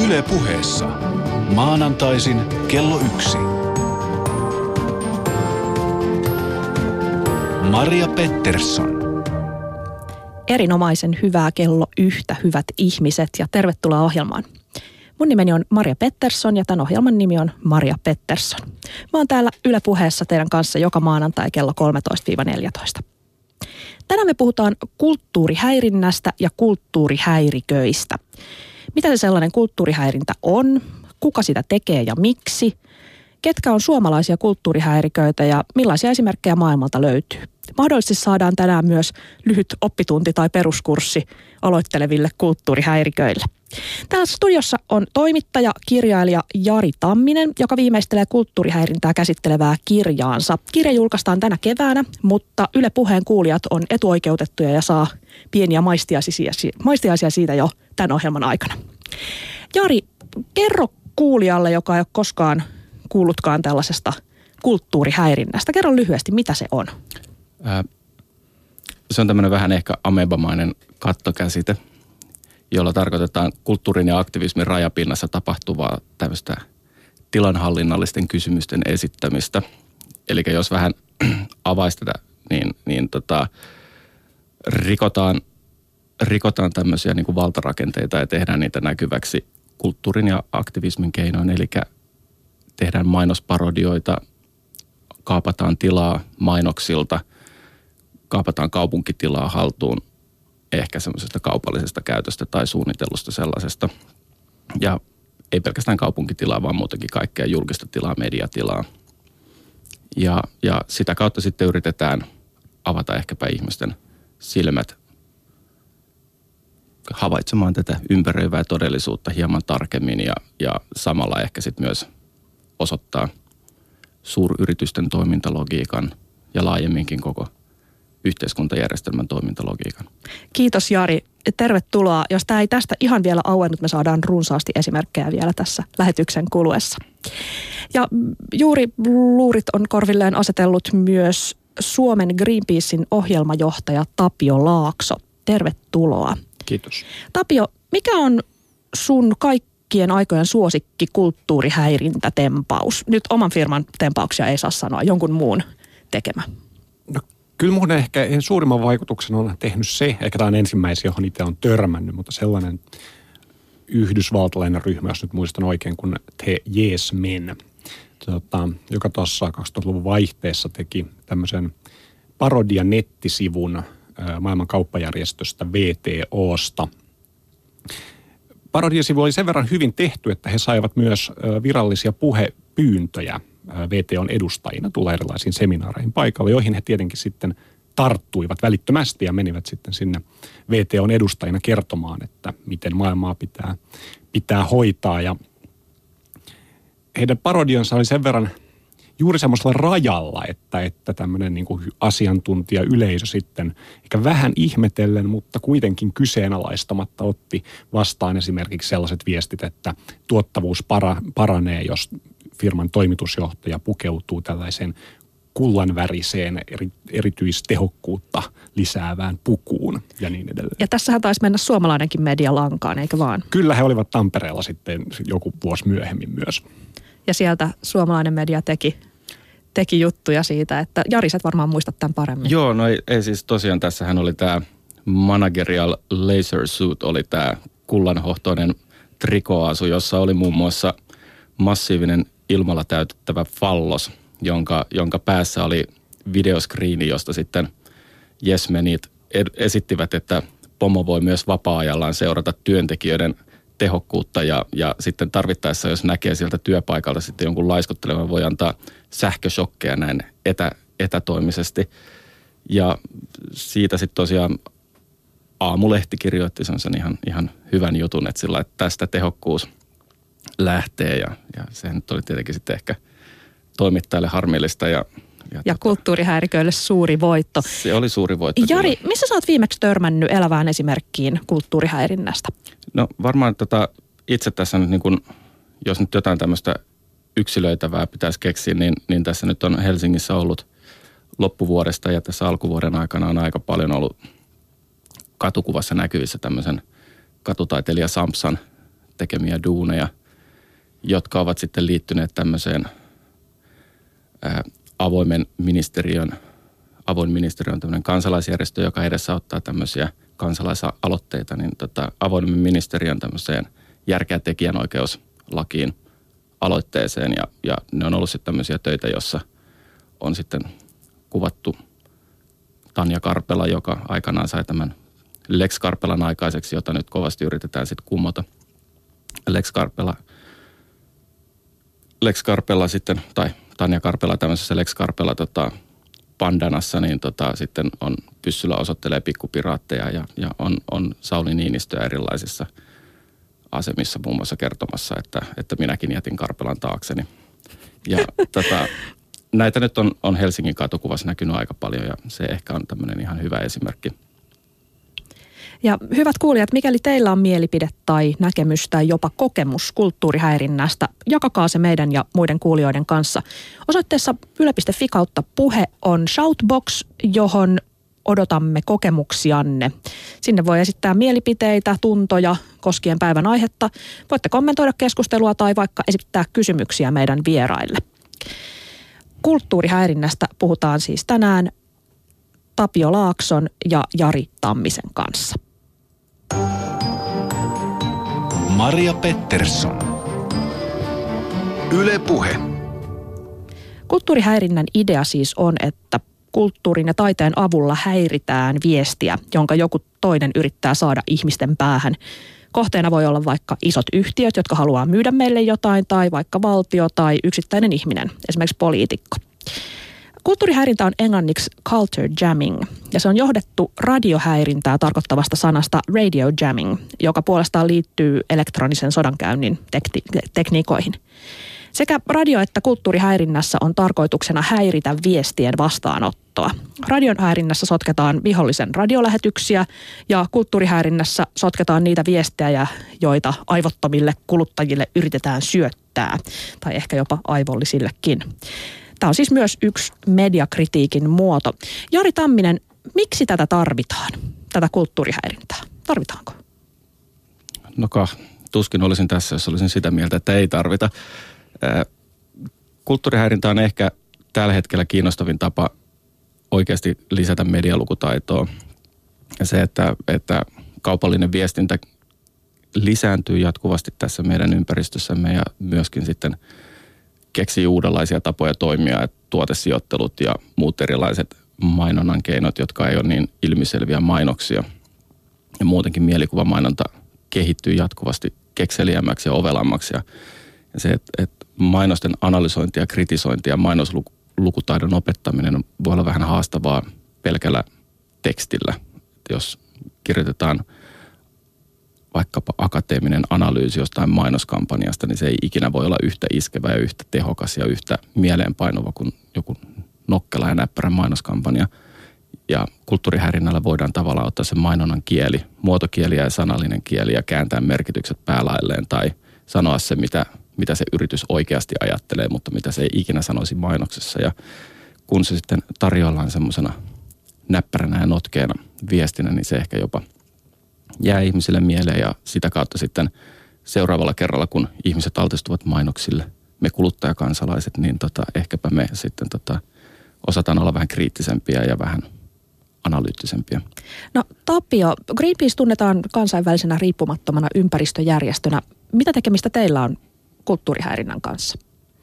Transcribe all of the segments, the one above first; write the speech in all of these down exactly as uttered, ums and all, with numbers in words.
Yle Puheessa. Maanantaisin kello yksi. Maria Pettersson. Erinomaisen hyvää kello yhtä, hyvät ihmiset, ja tervetuloa ohjelmaan. Mun nimeni on Maria Pettersson ja tämän ohjelman nimi on Maria Pettersson. Mä oon täällä Yle Puheessa teidän kanssa joka maanantai kello kolmetoista neljätoista. Tänään me puhutaan kulttuurihäirinnästä ja kulttuurihäiriköistä. Mitä se sellainen kulttuurihäirintä on? Kuka sitä tekee ja miksi? Ketkä on suomalaisia kulttuurihäiriköitä ja millaisia esimerkkejä maailmalta löytyy? Mahdollisesti saadaan tänään myös lyhyt oppitunti tai peruskurssi aloitteleville kulttuurihäiriköille. Täällä studiossa on toimittaja, kirjailija Jari Tamminen, joka viimeistelee kulttuurihäirintää käsittelevää kirjaansa. Kirja julkaistaan tänä keväänä, mutta Yle Puheen kuulijat on etuoikeutettuja ja saa pieniä maistiaisia, maistiaisia siitä jo tämän ohjelman aikana. Jari, kerro kuulijalle, joka ei ole koskaan kuullutkaan tällaisesta kulttuurihäirinnästä. Kerro lyhyesti, mitä se on. Ää, se on tämmöinen vähän ehkä amebamainen kattokäsite, jolla tarkoitetaan kulttuurin ja aktivismin rajapinnassa tapahtuvaa tämmöistä tilanhallinnallisten kysymysten esittämistä. Eli jos vähän avaisi tätä, niin, niin tota, rikotaan, rikotaan tämmöisiä niin kuin valtarakenteita ja tehdään niitä näkyväksi kulttuurin ja aktivismin keinoin. Eli tehdään mainosparodioita, kaapataan tilaa mainoksilta, kaapataan kaupunkitilaa haltuun ehkä semmoisesta kaupallisesta käytöstä tai suunnitellusta sellaisesta. Ja ei pelkästään kaupunkitilaa, vaan muutenkin kaikkea julkista tilaa, mediatilaa. Ja, ja sitä kautta sitten yritetään avata ehkäpä ihmisten silmät havaitsemaan tätä ympäröivää todellisuutta hieman tarkemmin ja, ja samalla ehkä sitten myös osoittaa suuryritysten toimintalogiikan ja laajemminkin koko yhteiskuntajärjestelmän toimintalogiikan. Kiitos Jari. Tervetuloa. Jos tämä ei tästä ihan vielä auennut, me saadaan runsaasti esimerkkejä vielä tässä lähetyksen kuluessa. Ja juuri luurit on korvilleen asetellut myös Suomen Greenpeacein ohjelmajohtaja Tapio Laakso. Tervetuloa. Kiitos. Tapio, mikä on sun kaikkien aikojen suosikki kulttuurihäirintätempaus? Nyt oman firman tempauksia ei saa sanoa, jonkun muun tekemä. No, kyllä mun ehkä suurimman vaikutuksen on tehnyt se, ehkä tämä on ensimmäisiä, johon itse on törmännyt, mutta sellainen yhdysvaltalainen ryhmä, jos nyt muistan oikein, kun The Yes Men, tota, joka tuossa kaksituhattaluvun vaihteessa teki tämmöisen parodian nettisivun maailman kauppajärjestöstä V T O:sta. Parodiasivu oli sen verran hyvin tehty, että he saivat myös virallisia puhepyyntöjä V T O:n edustajina tulla erilaisiin seminaareihin paikalle, joihin he tietenkin sitten tarttuivat välittömästi ja menivät sitten sinne V T O:n edustajina kertomaan, että miten maailmaa pitää, pitää hoitaa. Ja heidän parodionsa oli sen verran juuri semmoisella rajalla, että, että tämmöinen niin kuin asiantuntija-yleisö sitten ehkä vähän ihmetellen, mutta kuitenkin kyseenalaistamatta otti vastaan esimerkiksi sellaiset viestit, että tuottavuus para, paranee, jos firman toimitusjohtaja pukeutuu tällaiseen kullanväriseen eri, erityistehokkuutta lisäävään pukuun ja niin edelleen. Ja tässähän taisi mennä suomalainenkin media lankaan, eikö vaan? Kyllä he olivat Tampereella sitten joku vuosi myöhemmin myös. Ja sieltä suomalainen media teki, teki juttuja siitä, että Jari, sä varmaan muistat tämän paremmin. Joo, no ei, ei siis tosiaan tässähän oli tämä managerial laser suit, oli tämä kullanhohtoinen trikoasu, jossa oli muun muassa massiivinen ilmalla täytettävä fallos, jonka, jonka päässä oli videoskriini, josta sitten Yes Menit esittivät, että pomo voi myös vapaa-ajallaan seurata työntekijöiden tehokkuutta ja, ja sitten tarvittaessa, jos näkee sieltä työpaikalta sitten jonkun laiskottelevan, voi antaa sähköshokkeja näin etä, etätoimisesti. Ja siitä sitten tosiaan Aamulehti kirjoitti sen ihan, ihan hyvän jutun, että sillä että tästä tehokkuus lähtee ja, ja se nyt oli tietenkin sitten ehkä toimittajalle harmillista ja Ja, ja tota, kulttuurihäiriköille suuri voitto. Se oli suuri voitto. Jari, kyllä. Missä sä oot viimeksi törmännyt elävään esimerkkiin kulttuurihäirinnästä? No varmaan tota, itse tässä nyt niin kun, jos nyt jotain tämmöistä yksilöitävää pitäisi keksiä, niin, niin tässä nyt on Helsingissä ollut loppuvuodesta ja tässä alkuvuoden aikana on aika paljon ollut katukuvassa näkyvissä tämmöisen katutaiteilija Sampsan tekemiä duuneja, jotka ovat sitten liittyneet tämmöiseen ää, avoimen ministeriön, avoin ministeriö on tämmöinen kansalaisjärjestö, joka edesauttaa tämmöisiä kansalaisaloitteita, niin tota, avoimen ministeriön tämmöiseen järkeä tekijänoikeuslakiin aloitteeseen ja, ja ne on ollut sitten tämmöisiä töitä, jossa on sitten kuvattu Tanja Karpela, joka aikanaan sai tämän Lex Karpelan aikaiseksi, jota nyt kovasti yritetään sitten kumota. Lex Karpela, Lex Karpela sitten, tai Tanja Karpela tämmöisessä Lex Karpela tota, pandanassa, niin tota, sitten on pyssyllä osoittelee pikkupiraatteja ja, ja on, on Sauli Niinistöä erilaisissa asemissa muun muassa kertomassa, että, että minäkin jätin Karpelan taakseni. Ja tota, näitä nyt on, on Helsingin katukuvassa näkynyt aika paljon ja se ehkä on tämmöinen ihan hyvä esimerkki. Ja hyvät kuulijat, mikäli teillä on mielipide tai näkemys tai jopa kokemus kulttuurihäirinnästä, jakakaa se meidän ja muiden kuulijoiden kanssa. Osoitteessa yle piste fi kautta puhe on shoutbox, johon odotamme kokemuksianne. Sinne voi esittää mielipiteitä, tuntoja koskien päivän aihetta. Voitte kommentoida keskustelua tai vaikka esittää kysymyksiä meidän vieraille. Kulttuurihäirinnästä puhutaan siis tänään Tapio Laakson ja Jari Tammisen kanssa. Maria Pettersson. Yle Puhe. Kulttuurihäirinnän idea siis on, että kulttuurin ja taiteen avulla häiritään viestiä, jonka joku toinen yrittää saada ihmisten päähän. Kohteena voi olla vaikka isot yhtiöt, jotka haluaa myydä meille jotain, tai vaikka valtio tai yksittäinen ihminen, esimerkiksi poliitikko. Kulttuurihäirintä on englanniksi culture jamming, ja se on johdettu radiohäirintää tarkoittavasta sanasta radio jamming, joka puolestaan liittyy elektronisen sodankäynnin tekni- tekniikoihin. Sekä radio- että kulttuurihäirinnässä on tarkoituksena häiritä viestien vastaanottoa. Radion häirinnässä sotketaan vihollisen radiolähetyksiä ja kulttuurihäirinnässä sotketaan niitä viestejä, joita aivottomille kuluttajille yritetään syöttää, tai ehkä jopa aivollisillekin. Tämä on siis myös yksi mediakritiikin muoto. Jari Tamminen, miksi tätä tarvitaan, tätä kulttuurihäirintää? Tarvitaanko? No kah, tuskin olisin tässä, jos olisin sitä mieltä, että ei tarvita. Kulttuurihäirintä on ehkä tällä hetkellä kiinnostavin tapa oikeasti lisätä medialukutaitoa. Ja se, että, että kaupallinen viestintä lisääntyy jatkuvasti tässä meidän ympäristössämme ja myöskin sitten keksii uudenlaisia tapoja toimia, että tuotesijoittelut ja muut erilaiset mainonnan keinot, jotka ei ole niin ilmiselviä mainoksia. Ja muutenkin mielikuvamainonta kehittyy jatkuvasti kekseliämmäksi ja ovelammaksi. Ja se, että, että mainosten analysointi ja kritisointi ja mainoslukutaidon opettaminen voi olla vähän haastavaa pelkällä tekstillä. Että jos kirjoitetaan vaikkapa akateeminen analyysi jostain mainoskampanjasta, niin se ei ikinä voi olla yhtä iskevä ja yhtä tehokas ja yhtä mieleenpainuva kuin joku nokkela ja näppärä mainoskampanja. Ja kulttuurihäirinnällä voidaan tavallaan ottaa se mainonnan kieli, muotokieli ja sanallinen kieli ja kääntää merkitykset päälailleen tai sanoa se, mitä, mitä se yritys oikeasti ajattelee, mutta mitä se ei ikinä sanoisi mainoksessa. Ja kun se sitten tarjoillaan semmoisena näppäränä ja notkeena viestinä, niin se ehkä jopa jää ihmisille mieleen ja sitä kautta sitten seuraavalla kerralla, kun ihmiset altistuvat mainoksille, me kuluttajakansalaiset, niin tota, ehkäpä me sitten tota, osataan olla vähän kriittisempiä ja vähän analyyttisempia. No Tapio, Greenpeace tunnetaan kansainvälisenä riippumattomana ympäristöjärjestönä. Mitä tekemistä teillä on kulttuurihäirinnän kanssa?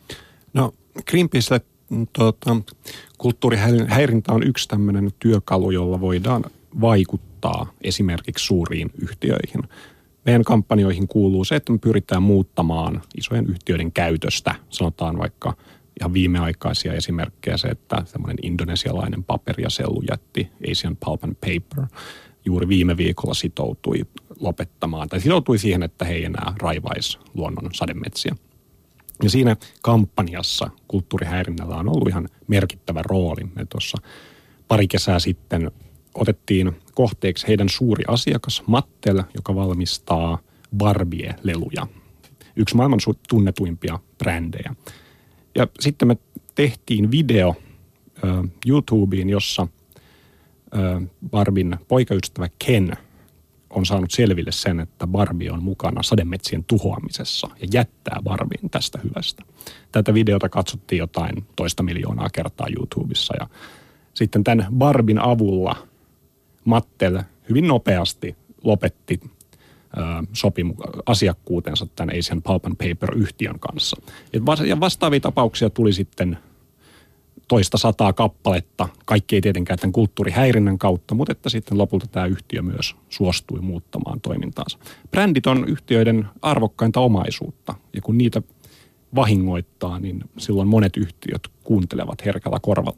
No Greenpeace tuota, kulttuurihäirintä on yksi tämmöinen työkalu, jolla voidaan vaikuttaa esimerkiksi suuriin yhtiöihin. Meidän kampanjoihin kuuluu se, että me pyritään muuttamaan isojen yhtiöiden käytöstä. Sanotaan vaikka ihan viimeaikaisia esimerkkejä se, että semmoinen indonesialainen paperi- ja sellujätti Asian Pulp and Paper juuri viime viikolla sitoutui lopettamaan tai sitoutui siihen, että he ei enää raivaisi luonnon sademetsiä. Ja siinä kampanjassa kulttuurihäirinnällä on ollut ihan merkittävä rooli. Me tuossa pari kesää sitten otettiin kohteeksi heidän suuri asiakas Mattel, joka valmistaa Barbie-leluja. Yksi maailman tunnetuimpia brändejä. Ja sitten me tehtiin video ö, YouTubeen, jossa ö, Barbin poikaystävä Ken on saanut selville sen, että Barbie on mukana sademetsien tuhoamisessa ja jättää Barbien tästä hyvästä. Tätä videota katsottiin jotain toista miljoonaa kertaa YouTubessa ja sitten tämän Barbin avulla Mattel hyvin nopeasti lopetti sopimu- asiakkuutensa tämän Asian Pulp and Paper-yhtiön kanssa. Ja vastaavia tapauksia tuli sitten toista sataa kappaletta. Kaikki ei tietenkään tämän kulttuurihäirinnän kautta, mutta että sitten lopulta tämä yhtiö myös suostui muuttamaan toimintaansa. Brändit on yhtiöiden arvokkainta omaisuutta ja kun niitä vahingoittaa, niin silloin monet yhtiöt kuuntelevat herkällä korvalla.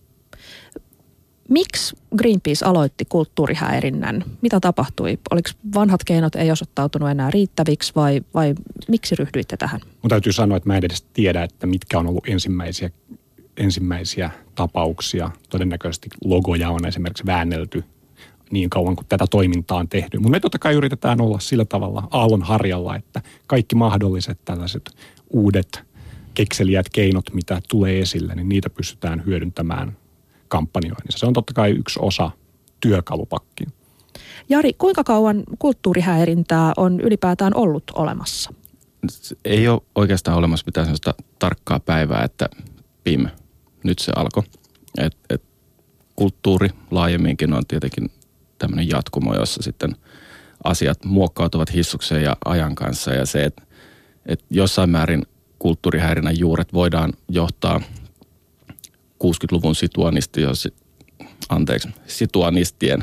Miksi Greenpeace aloitti kulttuurihäirinnän? Mitä tapahtui? Oliko vanhat keinot ei osoittautunut enää riittäviksi vai, vai miksi ryhdyitte tähän? Mun täytyy sanoa, että mä en edes tiedä, että mitkä on ollut ensimmäisiä, ensimmäisiä tapauksia. Todennäköisesti logoja on esimerkiksi väännelty niin kauan kuin tätä toimintaa on tehty. Mutta me totta kai yritetään olla sillä tavalla aallon harjalla, että kaikki mahdolliset tällaiset uudet kekseliät keinot, mitä tulee esille, niin niitä pystytään hyödyntämään kampanjoinnissa. Se on totta kai yksi osa työkalupakkiin. Jari, kuinka kauan kulttuurihäirintää on ylipäätään ollut olemassa? Ei ole oikeastaan olemassa mitään sellaista tarkkaa päivää, että pim, nyt se alkoi. Et, et, kulttuuri laajemminkin on tietenkin tämmöinen jatkumo, jossa sitten asiat muokkautuvat hissukseen ja ajan kanssa. Ja se, että et jossain määrin kulttuurihäirinnän juuret voidaan johtaa kuusikymmentäluvun situanisti, jos, anteeksi, situanistien,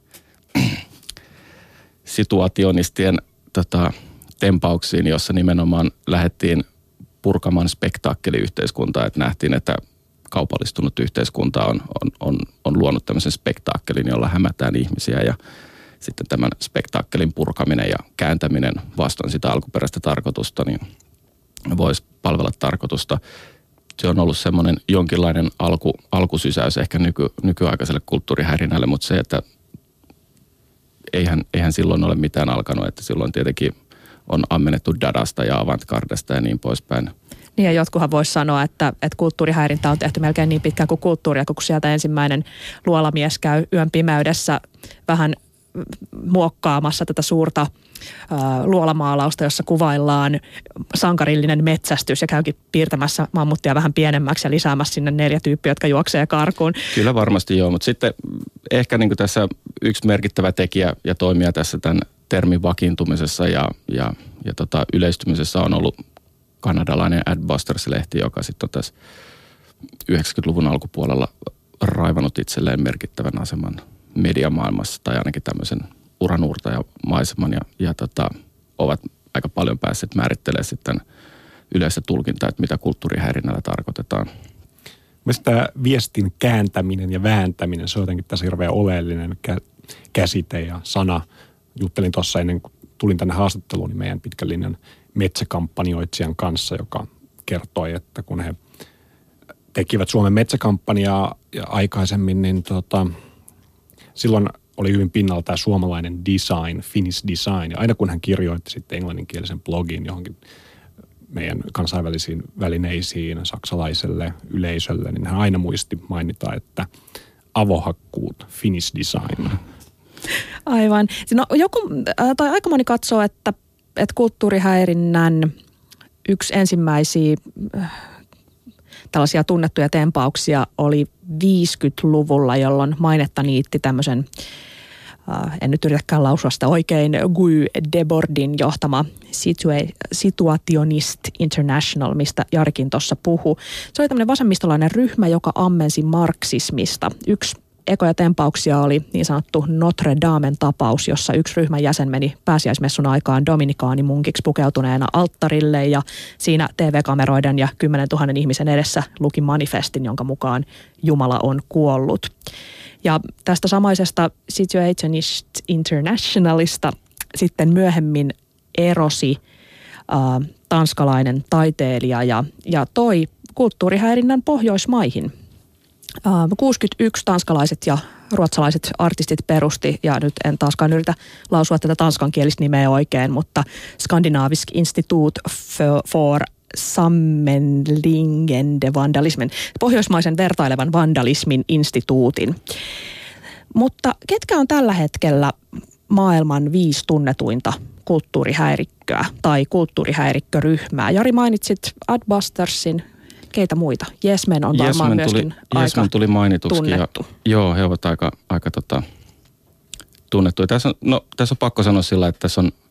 situationistien tota, tempauksiin, jossa nimenomaan lähdettiin purkamaan spektaakkeliyhteiskuntaa, että nähtiin, että kaupallistunut yhteiskunta on, on, on, on luonut tämmöisen spektaakkelin, jolla hämätään ihmisiä ja sitten tämän spektaakkelin purkaminen ja kääntäminen vastaan sitä alkuperäistä tarkoitusta, niin voisi palvella tarkoitusta. Se on ollut semmoinen jonkinlainen alku, alkusysäys ehkä nyky, nykyaikaiselle kulttuurihäirinnälle, mutta se, että eihän, eihän silloin ole mitään alkanut, että silloin tietenkin on ammennettu dadasta ja avantgardesta ja niin poispäin. Niin ja jotkuhan voisi sanoa, että, että kulttuurihäirintä on tehty melkein niin pitkään kuin kulttuuria, kun sieltä ensimmäinen luolamies käy yön pimeydessä vähän muokkaamassa tätä suurta ää, luolamaalausta, jossa kuvaillaan sankarillinen metsästys ja käykin piirtämässä mammuttia vähän pienemmäksi ja lisäämässä sinne neljä tyyppiä, jotka juoksee karkuun. Kyllä varmasti joo, mutta sitten ehkä niin kuin tässä yksi merkittävä tekijä ja toimija tässä tämän termin vakiintumisessa ja, ja, ja tota yleistymisessä on ollut kanadalainen Adbusters-lehti, joka sitten on tässä yhdeksänkymmentäluvun alkupuolella raivannut itselleen merkittävän aseman mediamaailmassa tai ainakin tämmöisen uranuurtajamaiseman ja, ja tota, ovat aika paljon päässeet määrittelemään sitten yleistä tulkintaa, että mitä kulttuurihäirinnällä tarkoitetaan. Mielestäni tämä viestin kääntäminen ja vääntäminen, se on jotenkin tässä hirveän oleellinen kä- käsite ja sana. Juttelin tuossa ennen kuin tulin tänne haastatteluun, niin meidän pitkän linjan metsäkampanjoitsijan kanssa, joka kertoi, että kun he tekivät Suomen metsäkampanjaa ja aikaisemmin, niin tota, silloin oli hyvin pinnalla tämä suomalainen design, Finnish design. Ja aina kun hän kirjoitti sitten englanninkielisen blogin johonkin meidän kansainvälisiin välineisiin, saksalaiselle yleisölle, niin hän aina muisti mainita, että avohakkuut, Finnish design. Aivan. No, joku, tai aika moni katsoo, että, että kulttuurihäirinnän yksi ensimmäisiä tällaisia tunnettuja tempauksia oli viisikymmentäluvulla, jolloin mainetta niitti tämmöisen, äh, en nyt yritäkään lausua sitä oikein, Guy Debordin johtama Situa- Situationist International, mistä Jarikin tuossa puhui. Se oli tämmöinen vasemmistolainen ryhmä, joka ammensi marksismista. Yksi ekoja tempauksia oli niin sanottu Notre Damen tapaus, jossa yksi ryhmän jäsen meni pääsiäismessun aikaan dominikaanimunkiksi pukeutuneena alttarille ja siinä T V-kameroiden ja kymmenen tuhannen ihmisen edessä luki manifestin, jonka mukaan Jumala on kuollut. Ja tästä samaisesta Situationist Internationalista sitten myöhemmin erosi äh, tanskalainen taiteilija ja, ja toi kulttuurihäirinnän Pohjoismaihin. kuusikymmentäyksi tanskalaiset ja ruotsalaiset artistit perusti, ja nyt en taaskaan yritä lausua tätä tanskankielistä nimeä oikein, mutta Skandinavisk Institut for Sammenliggende Vandalismen, pohjoismaisen vertailevan vandalismin instituutin. Mutta ketkä on tällä hetkellä maailman viisi tunnetuinta kulttuurihäirikköä tai kulttuurihäirikköryhmää. Jari, mainitsit Adbustersin. Keitä muita? Yes Men on varmaan Yes myöskin tuli, aika Yes Men tuli mainituksi. tunnettu. Ja, joo, he ovat aika, aika tota, tunnettuja. Tässä on, no, tässä on pakko sanoa sillä, että tässä on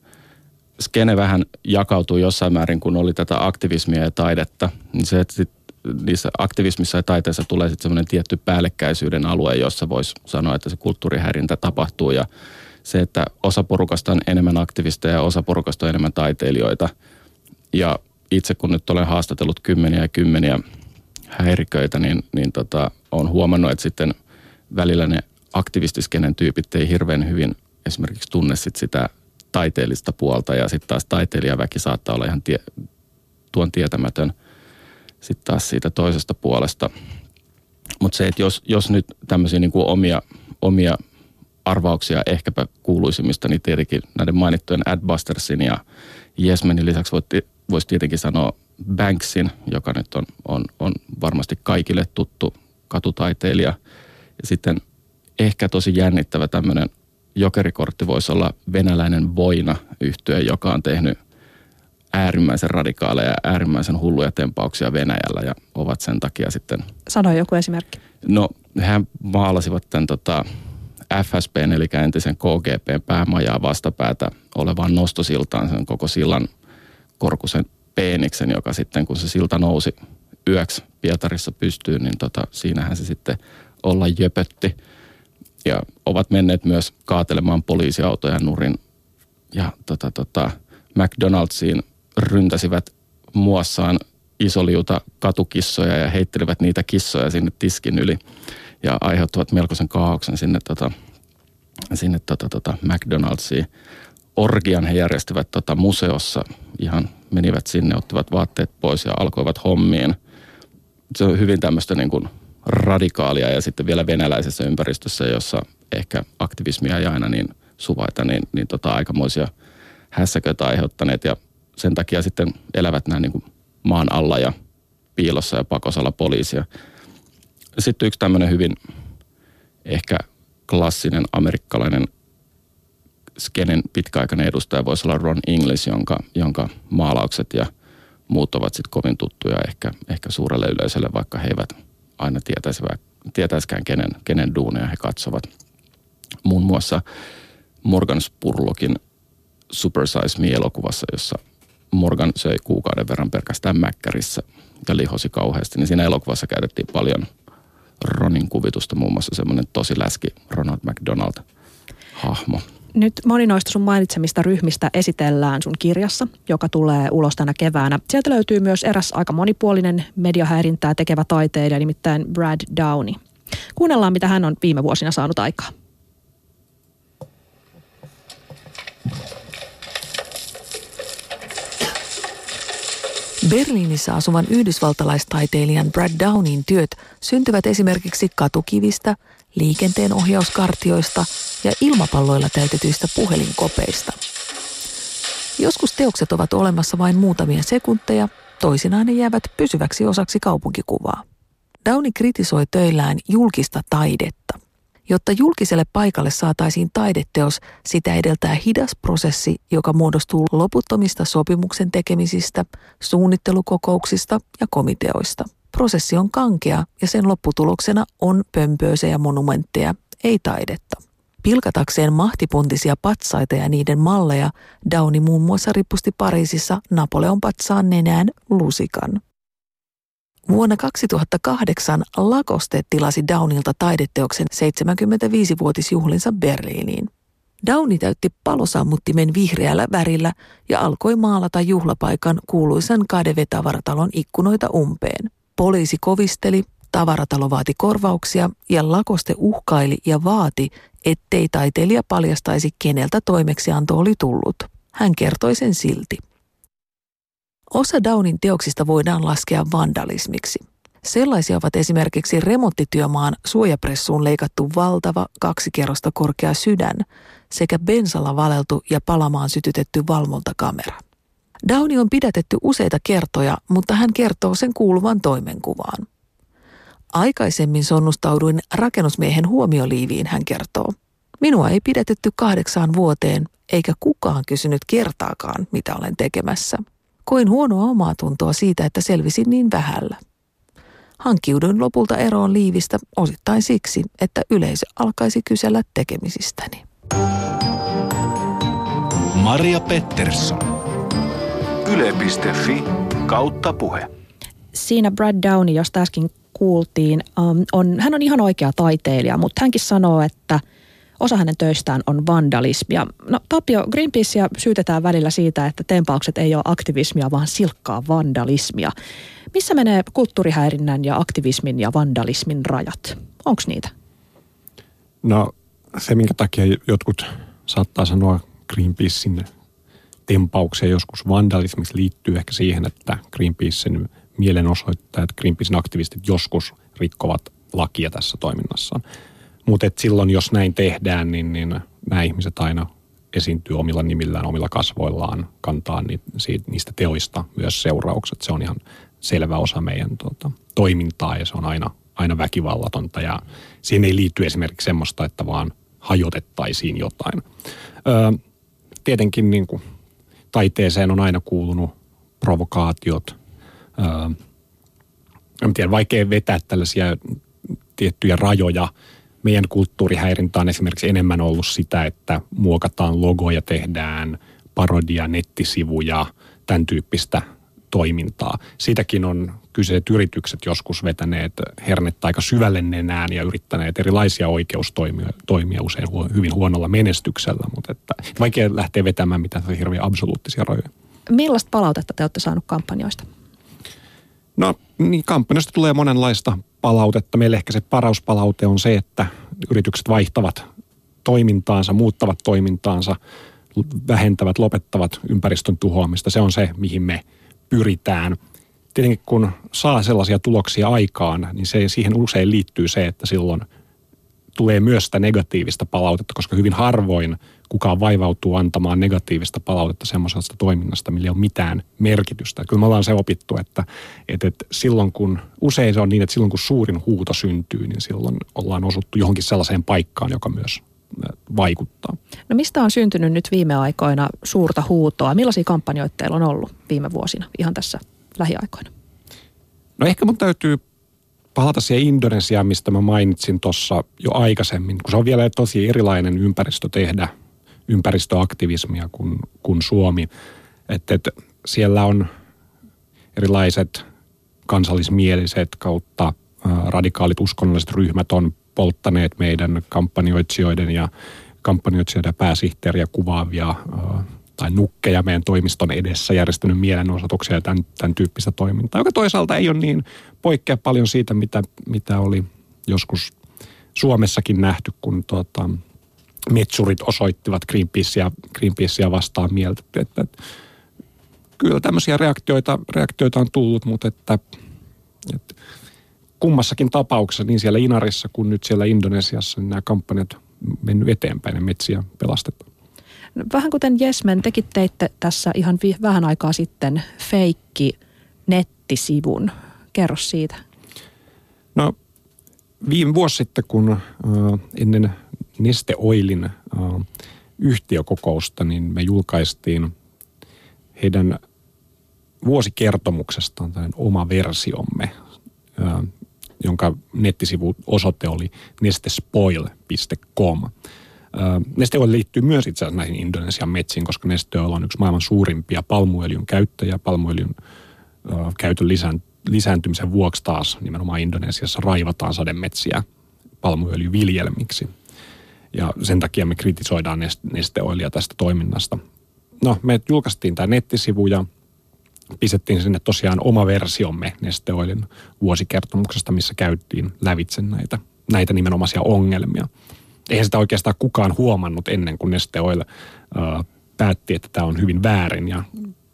skene vähän jakautuu jossain määrin, kun oli tätä aktivismia ja taidetta. Niin se, että sit niissä aktivismissa ja taiteessa tulee sitten semmoinen tietty päällekkäisyyden alue, jossa voisi sanoa, että se kulttuurihäirintä tapahtuu. Ja se, että osa porukasta on enemmän aktivisteja ja osa porukasta on enemmän taiteilijoita. Ja itse kun nyt olen haastatellut kymmeniä ja kymmeniä häiriköitä, niin, niin tota, olen huomannut, että sitten välillä ne aktivistiskenen tyypit ei hirveän hyvin esimerkiksi tunne sit sitä taiteellista puolta ja sitten taas taiteilijaväki saattaa olla ihan tie, tuon tietämätön sitten taas siitä toisesta puolesta. Mutta se, että jos, jos nyt tämmöisiä niinku omia, omia arvauksia ehkäpä kuuluisimmista, niin tietenkin näiden mainittujen Adbustersin ja Yes Menin lisäksi voisi tietenkin sanoa Banksin, joka nyt on, on, on varmasti kaikille tuttu katutaiteilija. Ja sitten ehkä tosi jännittävä tämmöinen jokerikortti voisi olla venäläinen Voina-yhtye, joka on tehnyt äärimmäisen radikaaleja ja äärimmäisen hulluja tempauksia Venäjällä ja ovat sen takia sitten... Sano joku esimerkki. No, hän maalasivat tämän tota, F S P:n eli entisen K G P:n päämajaa vastapäätä olevaan nostosiltaan sen koko sillan korkuisen peeniksen, joka sitten kun se silta nousi yöksi Pietarissa pystyyn, niin tota, siinähän se sitten olla jöpötti. Ja ovat menneet myös kaatelemaan poliisiautoja nurin ja tota, tota, McDonald'siin ryntäsivät muassaan isoliuta katukissoja ja heittelivät niitä kissoja sinne tiskin yli ja aiheuttivat melkoisen kaaoksen sinne, tota, sinne tota, tota McDonald'siin. Orgian he järjestivät tota museossa, ihan menivät sinne, ottivat vaatteet pois ja alkoivat hommiin. Se on hyvin tämmöistä niin kuin radikaalia ja sitten vielä venäläisessä ympäristössä, jossa ehkä aktivismia ei aina niin suvaita, niin, niin tota aikamoisia hässäköitä aiheuttaneet ja sen takia sitten elävät nämä niin kuin maan alla ja piilossa ja pakosalla poliisia. Sitten yksi tämmöinen hyvin ehkä klassinen amerikkalainen skenen pitkäaikainen edustaja voisi olla Ron English, jonka, jonka maalaukset ja muut ovat sitten kovin tuttuja ehkä, ehkä suurelle yleisölle, vaikka he eivät aina tietäisikään kenen, kenen duuneja he katsovat. Muun muassa Morgan Spurlockin Super Size Me-elokuvassa, jossa Morgan söi kuukauden verran pelkästään mäkkärissä ja lihosi kauheasti, niin siinä elokuvassa käytettiin paljon Ronin kuvitusta, muun muassa semmoinen tosi läski Ronald McDonald-hahmo. Nyt moni noista sun mainitsemista ryhmistä esitellään sun kirjassa, joka tulee ulos tänä keväänä. Sieltä löytyy myös eräs aika monipuolinen mediahäirintää tekevä taiteilija, nimittäin Brad Downey. Kuunnellaan, mitä hän on viime vuosina saanut aikaa. Berliinissä asuvan yhdysvaltalaistaiteilijan Brad Downeyn työt syntyvät esimerkiksi katukivistä, liikenteen ohjauskartioista ja ilmapalloilla täytetyistä puhelinkopeista. Joskus teokset ovat olemassa vain muutamia sekunteja, toisinaan ne jäävät pysyväksi osaksi kaupunkikuvaa. Downey kritisoi töillään julkista taidetta. Jotta julkiselle paikalle saataisiin taideteos, sitä edeltää hidas prosessi, joka muodostuu loputtomista sopimuksen tekemisistä, suunnittelukokouksista ja komiteoista. Prosessi on kankea ja sen lopputuloksena on pömpöisejä monumentteja, ei taidetta. Pilkatakseen mahtipontisia patsaita ja niiden malleja, Downey muun muassa ripusti Pariisissa Napoleon patsaan nenään lusikan. Vuonna kaksituhattakahdeksan Lacoste tilasi Downeylta taideteoksen seitsemänkymmentäviisivuotisjuhlinsa Berliiniin. Downey täytti palosammuttimen vihreällä värillä ja alkoi maalata juhlapaikan kuuluisan K D V-tavaratalon ikkunoita umpeen. Poliisi kovisteli, tavaratalo vaati korvauksia ja Lacoste uhkaili ja vaati, ettei taiteilija paljastaisi, keneltä toimeksianto oli tullut. Hän kertoi sen silti. Osa Downeyn teoksista voidaan laskea vandalismiksi. Sellaisia ovat esimerkiksi remonttityömaan suojapressuun leikattu valtava kaksi kerrosta korkea sydän sekä bensalla valeltu ja palamaan sytytetty valvontakamera. Downey on pidätetty useita kertoja, mutta hän kertoo sen kuuluvan toimenkuvaan. Aikaisemmin sonnustauduin rakennusmiehen huomioliiviin, hän kertoo. Minua ei pidätetty kahdeksaan vuoteen, eikä kukaan kysynyt kertaakaan, mitä olen tekemässä. Koin huonoa omaatuntoa siitä, että selvisin niin vähällä. Hankkiuduin lopulta eroon liivistä osittain siksi, että yleisö alkaisi kysellä tekemisistäni. Maria Pettersson. Yle piste fi kautta puhe. Siinä Brad Downey, josta äsken kuultiin, um, on, hän on ihan oikea taiteilija, mutta hänkin sanoo, että osa hänen töistään on vandalismia. No Tapio, Greenpeacea syytetään välillä siitä, että tempaukset ei ole aktivismia, vaan silkkaa vandalismia. Missä menee kulttuurihäirinnän ja aktivismin ja vandalismin rajat? Onko niitä? No se, minkä takia jotkut saattaa sanoa Greenpeacein tempauksia joskus vandalismiksi, liittyy ehkä siihen, että Greenpeacen mielenosoittajat, Greenpeacen aktivistit joskus rikkovat lakia tässä toiminnassaan. Mutta silloin, jos näin tehdään, niin, niin nämä ihmiset aina esiintyy omilla nimillään, omilla kasvoillaan, kantaa ni, siitä, niistä teoista myös seuraukset. Se on ihan selvä osa meidän tuota, toimintaa ja se on aina, aina väkivallatonta. Ja siihen ei liitty esimerkiksi semmoista, että vaan hajotettaisiin jotain. Öö, tietenkin niin kuin, taiteeseen on aina kuulunut provokaatiot. Öö, en tiedä, vaikea vetää tällaisia tiettyjä rajoja. Meidän kulttuurihäirintä on esimerkiksi enemmän ollut sitä, että muokataan logoja, tehdään parodia, nettisivuja, tämän tyyppistä toimintaa. Siitäkin on kyseiset yritykset joskus vetäneet hernettä aika syvälle nenään ja yrittäneet erilaisia oikeustoimia toimia usein hyvin huonolla menestyksellä, mutta että vaikea lähteä vetämään mitään hirveän absoluuttisia rajoja. Millaista palautetta te olette saanut kampanjoista? No niin, kampanjoista tulee monenlaista palautetta. Meille ehkä se paras palaute on se, että yritykset vaihtavat toimintaansa, muuttavat toimintaansa, vähentävät, lopettavat ympäristön tuhoamista. Se on se, mihin me pyritään. Tietenkin kun saa sellaisia tuloksia aikaan, niin se, siihen usein liittyy se, että silloin tulee myös sitä negatiivista palautetta, koska hyvin harvoin kukaan vaivautuu antamaan negatiivista palautetta semmoisesta toiminnasta, millä ei ole mitään merkitystä. Kyllä me ollaan se opittu, että, että, että silloin kun, usein se on niin, että silloin kun suurin huuto syntyy, niin silloin ollaan osuttu johonkin sellaiseen paikkaan, joka myös vaikuttaa. No mistä on syntynyt nyt viime aikoina suurta huutoa? Millaisia kampanjoita teillä on ollut viime vuosina ihan tässä lähiaikoina? No ehkä mun täytyy palata siihen Indonesiaan, mistä mä mainitsin tuossa jo aikaisemmin, kun se on vielä tosi erilainen ympäristö tehdä ympäristöaktivismia kuin, kuin Suomi. Että et siellä on erilaiset kansallismieliset kautta ää, radikaalit uskonnolliset ryhmät on polttaneet meidän kampanjoitsijoiden ja kampanjoitsijoiden ja pääsihteeriä kuvaavia ää, tai nukkeja meidän toimiston edessä, järjestänyt mielenosoituksia ja tämän, tämän tyyppistä toimintaa, joka toisaalta ei ole niin poikkea paljon siitä, mitä, mitä oli joskus Suomessakin nähty, kun tuota, metsurit osoittivat Greenpeacea, Greenpeacea vastaan mieltä. Että, että, kyllä tämmöisiä reaktioita, reaktioita on tullut, mutta että, että kummassakin tapauksessa, niin siellä Inarissa kuin nyt siellä Indonesiassa, niin nämä kampanjat mennyt eteenpäin ja metsiä pelastetaan. Vähän kuten Jesmen, tekin teitte tässä ihan vi- vähän aikaa sitten feikki nettisivun. Kerro siitä. No viime vuosi sitten, kun äh, ennen Neste Oilin äh, yhtiökokousta, niin me julkaistiin heidän vuosikertomuksestaan tällainen oma versiomme, äh, jonka nettisivuosoite oli nestespoil piste com. Neste Oil liittyy myös itse asiassa näihin Indonesian metsiin, koska Neste Oil on yksi maailman suurimpia palmuöljyn käyttäjiä. Palmuöljyn ö, käytön lisään, lisääntymisen vuoksi taas nimenomaan Indonesiassa raivataan sademetsiä palmuöljyviljelmiksi. Ja sen takia me kritisoidaan Neste Oilia tästä toiminnasta. No, me julkaistiin tämä nettisivu ja pistettiin sinne tosiaan oma versiomme Neste Oilin vuosikertomuksesta, missä käytiin lävitse näitä, näitä nimenomaisia ongelmia. Eihän sitä oikeastaan kukaan huomannut ennen kuin Neste Oil äh, päätti, että tämä on hyvin väärin ja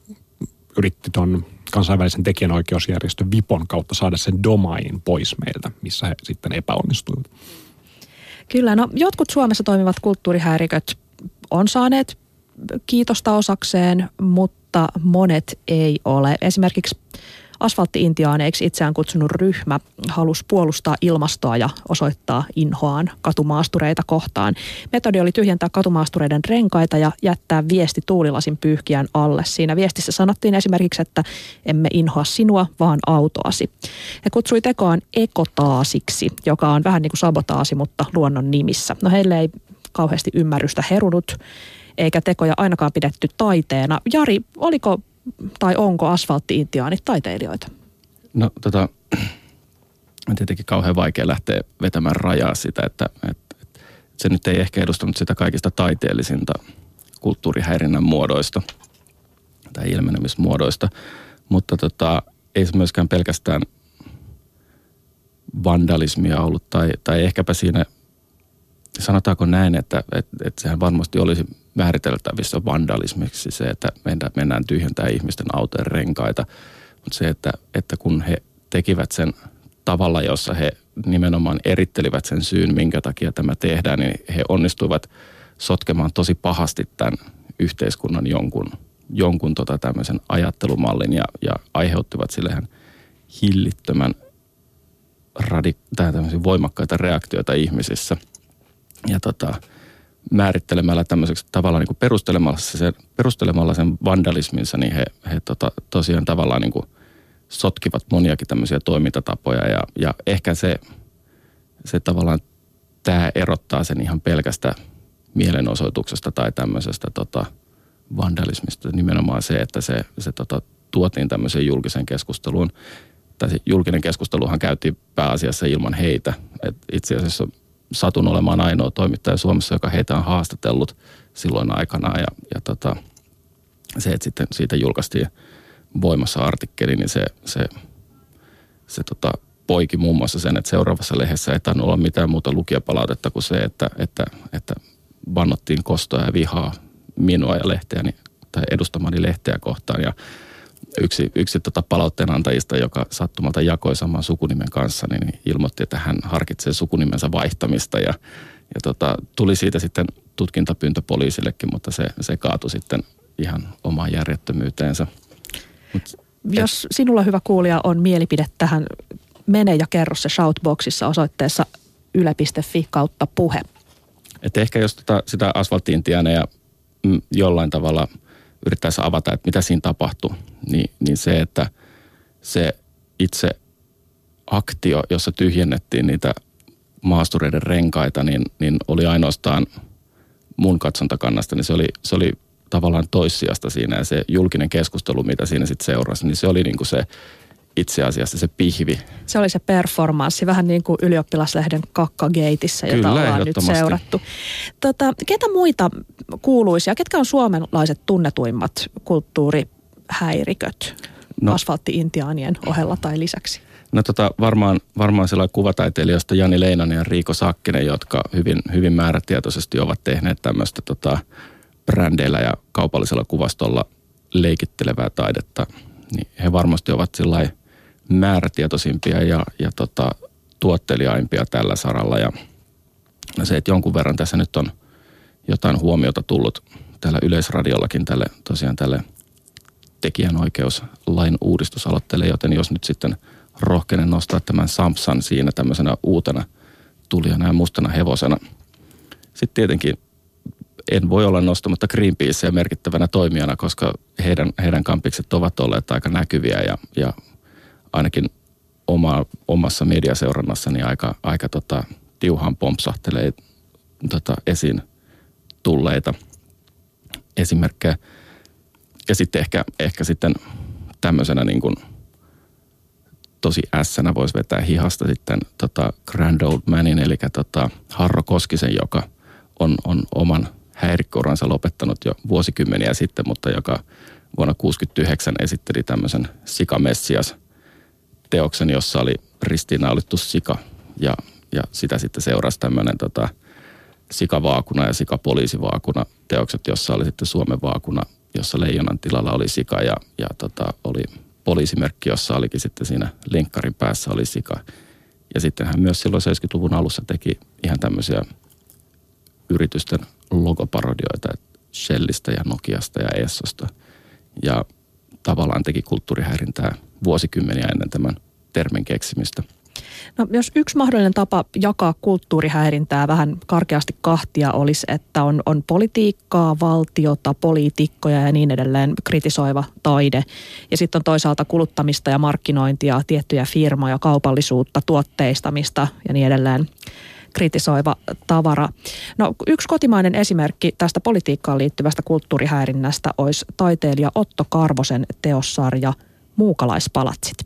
yritti tuon kansainvälisen tekijänoikeusjärjestön Vipon kautta saada sen domainin pois meiltä, missä he sitten epäonnistuivat. Kyllä, no jotkut Suomessa toimivat kulttuurihäiriköt on saaneet kiitosta osakseen, mutta monet ei ole. Esimerkiksi Asfaltti-intiaaneiksi itseään kutsunut ryhmä halusi puolustaa ilmastoa ja osoittaa inhoaan katumaastureita kohtaan. Metodi oli tyhjentää katumaastureiden renkaita ja jättää viesti tuulilasin pyyhkijän alle. Siinä viestissä sanottiin esimerkiksi, että emme inhoa sinua, vaan autoasi. He kutsui tekoaan ekotaasiksi, joka on vähän niin kuin sabotaasi, mutta luonnon nimissä. No heille ei kauheasti ymmärrystä herunut, eikä tekoja ainakaan pidetty taiteena. Jari, oliko tai onko asfaltti-intiaanit taiteilijoita? No tota, on tietenkin kauhean vaikea lähteä vetämään rajaa sitä, että, että, että se nyt ei ehkä edustanut sitä kaikista taiteellisinta kulttuurihäirinnän muodoista tai ilmenemismuodoista, mutta tota, ei se myöskään pelkästään vandalismia ollut tai, tai ehkäpä siinä, sanotaanko näin, että, että, että sehän varmasti olisi määriteltävissä vandalismiksi se, että mennään tyhjentämään ihmisten autojen renkaita, mutta se, että, että kun he tekivät sen tavalla, jossa he nimenomaan erittelivät sen syyn, minkä takia tämä tehdään, niin he onnistuivat sotkemaan tosi pahasti tämän yhteiskunnan jonkun, jonkun tota tämmöisen ajattelumallin ja, ja aiheuttivat sillehän hillittömän radik- tai tämmöisiä voimakkaita reaktioita ihmisissä. Ja tota, määrittelemällä tämmöiseksi tavallaan niin kuin perustelemalla, sen, perustelemalla sen vandalisminsa, niin he, he tota, tosiaan tavallaan niin kuin sotkivat moniakin tämmöisiä toimintatapoja. Ja, ja ehkä se, se tavallaan, tämä erottaa sen ihan pelkästä mielenosoituksesta tai tämmöisestä tota, vandalismista. Nimenomaan se, että se, se tota, tuotiin tämmöiseen julkiseen keskusteluun. Tai se julkinen keskusteluhan käytiin pääasiassa ilman heitä. Et itse asiassa satun olemaan ainoa toimittaja Suomessa, joka heitä on haastatellut silloin aikanaan. Ja, ja tota, se, että sitten siitä julkaistiin voimassa artikkeli, niin se, se, se tota, poiki muun muassa sen, että seuraavassa lehdessä ei tainnut olla mitään muuta lukijapalautetta kuin se, että, että, että vannottiin kostoa ja vihaa minua ja lehteäni, tai edustamani lehteä kohtaan. Ja yksi, yksi tota palautteenantajista, joka sattumalta jakoi saman sukunimen kanssa, niin ilmoitti, että hän harkitsee sukunimensä vaihtamista. Ja, ja tota, tuli siitä sitten tutkintapyyntö poliisillekin, mutta se, se kaatui sitten ihan omaan järjettömyyteensä. Mut, Jos et, sinulla, hyvä kuulija, on mielipide tähän, mene ja kerro se Shoutboxissa osoitteessa yle piste fi kautta puhe. Että ehkä jos tota, sitä asfaltti-intiaaneja mm, jollain tavalla yrittäisi avata, että mitä siinä tapahtui, niin, niin se, että se itse aktio, jossa tyhjennettiin niitä maastureiden renkaita, niin, niin oli ainoastaan mun katsontakannasta, niin se oli, se oli tavallaan toissijasta siinä ja se julkinen keskustelu, mitä siinä sitten seurasi, niin se oli niin kuin se itse asiassa se pihvi. Se oli se performanssi, vähän niin kuin Ylioppilaslehden Kakkageitissä, jota Kyllä, ollaan nyt seurattu. Tota, ketä muita kuuluisia, ketkä on suomalaiset tunnetuimmat kulttuurihäiriköt no, asfaltti-intiaanien ohella tai lisäksi? No tota, varmaan, varmaan sellainen kuvataiteilijoista Jani Leinonen ja Riiko Sakkinen, jotka hyvin, hyvin määrätietoisesti ovat tehneet tämmöistä tota, brändeillä ja kaupallisella kuvastolla leikittelevää taidetta, niin he varmasti ovat sillai määrätietoisimpia ja, ja tota, tuottelijaimpia tällä saralla. Ja se, että jonkun verran tässä nyt on jotain huomiota tullut tällä Yleisradiollakin tälle, tosiaan tälle tekijänoikeuslain uudistusaloitteelle, joten jos nyt sitten rohkenen nostaa tämän Sampsan siinä tämmöisenä uutena tulijana ja mustana hevosena. Sitten tietenkin en voi olla nostamatta Greenpeacea merkittävänä toimijana, koska heidän, heidän kampikset ovat olleet aika näkyviä ja, ja ainakin oma, omassa mediaseurannassani aika, aika tota, tiuhaan pompsahtelee tota, esiin tulleita esimerkkejä. Ja sitten ehkä, ehkä sitten tämmöisenä niin kuin tosi ässänä voisi vetää hihasta sitten tota Grand Old Manin, eli tota Harro Koskisen, joka on, on oman häirikkouransa lopettanut jo vuosikymmeniä sitten, mutta joka vuonna kuusikymmentäyhdeksän esitteli tämmöisen Sika Messias-teoksen, jossa oli ristiinnaulittu sika ja, ja sitä sitten seurasi tämmöinen tota, sikavaakuna ja sikapoliisivaakuna teokset, jossa oli sitten Suomen vaakuna, jossa leijonan tilalla oli sika ja, ja tota, oli poliisimerkki, jossa olikin sitten siinä linkkarin päässä oli sika. Ja sitten hän myös silloin seitsemänkymmentäluvun alussa teki ihan tämmöisiä yritysten logoparodioita Shellistä ja Nokiasta ja Essosta. Ja tavallaan teki kulttuurihäirintää vuosikymmeniä ennen tämän termin keksimistä. No, jos yksi mahdollinen tapa jakaa kulttuurihäirintää vähän karkeasti kahtia olisi, että on, on politiikkaa, valtiota, poliitikkoja ja niin edelleen kritisoiva taide. Ja sitten on toisaalta kuluttamista ja markkinointia, tiettyjä firmoja, kaupallisuutta, tuotteistamista ja niin edelleen kritisoiva tavara. No, yksi kotimainen esimerkki tästä politiikkaan liittyvästä kulttuurihäirinnästä olisi taiteilija Otto Karvosen teossarja Muukalaispalatsit.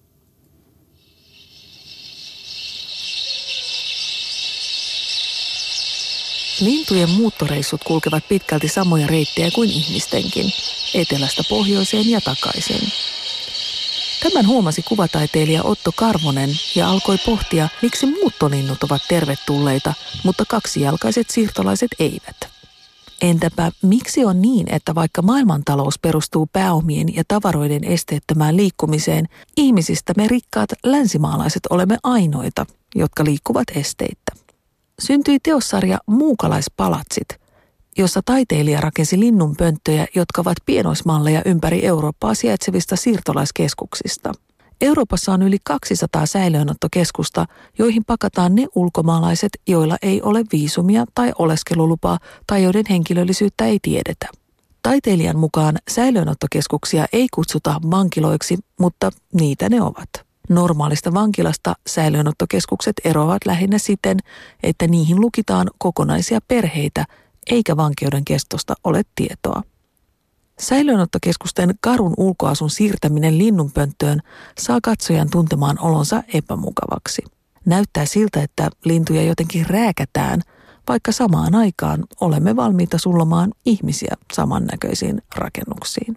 Lintujen muuttoreissut kulkevat pitkälti samoja reittejä kuin ihmistenkin, etelästä pohjoiseen ja takaisin. Tämän huomasi kuvataiteilija Otto Karvonen ja alkoi pohtia, miksi muuttolinnut ovat tervetulleita, mutta kaksijalkaiset siirtolaiset eivät. Entäpä miksi on niin, että vaikka maailmantalous perustuu pääomien ja tavaroiden esteettömään liikkumiseen, ihmisistä me rikkaat länsimaalaiset olemme ainoita, jotka liikkuvat esteittä. Syntyi teossarja Muukalaispalatsit, jossa taiteilija rakensi linnunpönttöjä, jotka ovat pienoismalleja ympäri Eurooppaa sijaitsevista siirtolaiskeskuksista. Euroopassa on yli kaksisataa säilöönottokeskusta, joihin pakataan ne ulkomaalaiset, joilla ei ole viisumia tai oleskelulupaa tai joiden henkilöllisyyttä ei tiedetä. Taiteilijan mukaan säilöönottokeskuksia ei kutsuta vankiloiksi, mutta niitä ne ovat. Normaalista vankilasta säilöönottokeskukset eroavat lähinnä siten, että niihin lukitaan kokonaisia perheitä, eikä vankeuden kestosta ole tietoa. Säilöönottokeskusten karun ulkoasun siirtäminen linnunpönttöön saa katsojan tuntemaan olonsa epämukavaksi. Näyttää siltä, että lintuja jotenkin rääkätään, vaikka samaan aikaan olemme valmiita sullomaan ihmisiä samannäköisiin rakennuksiin.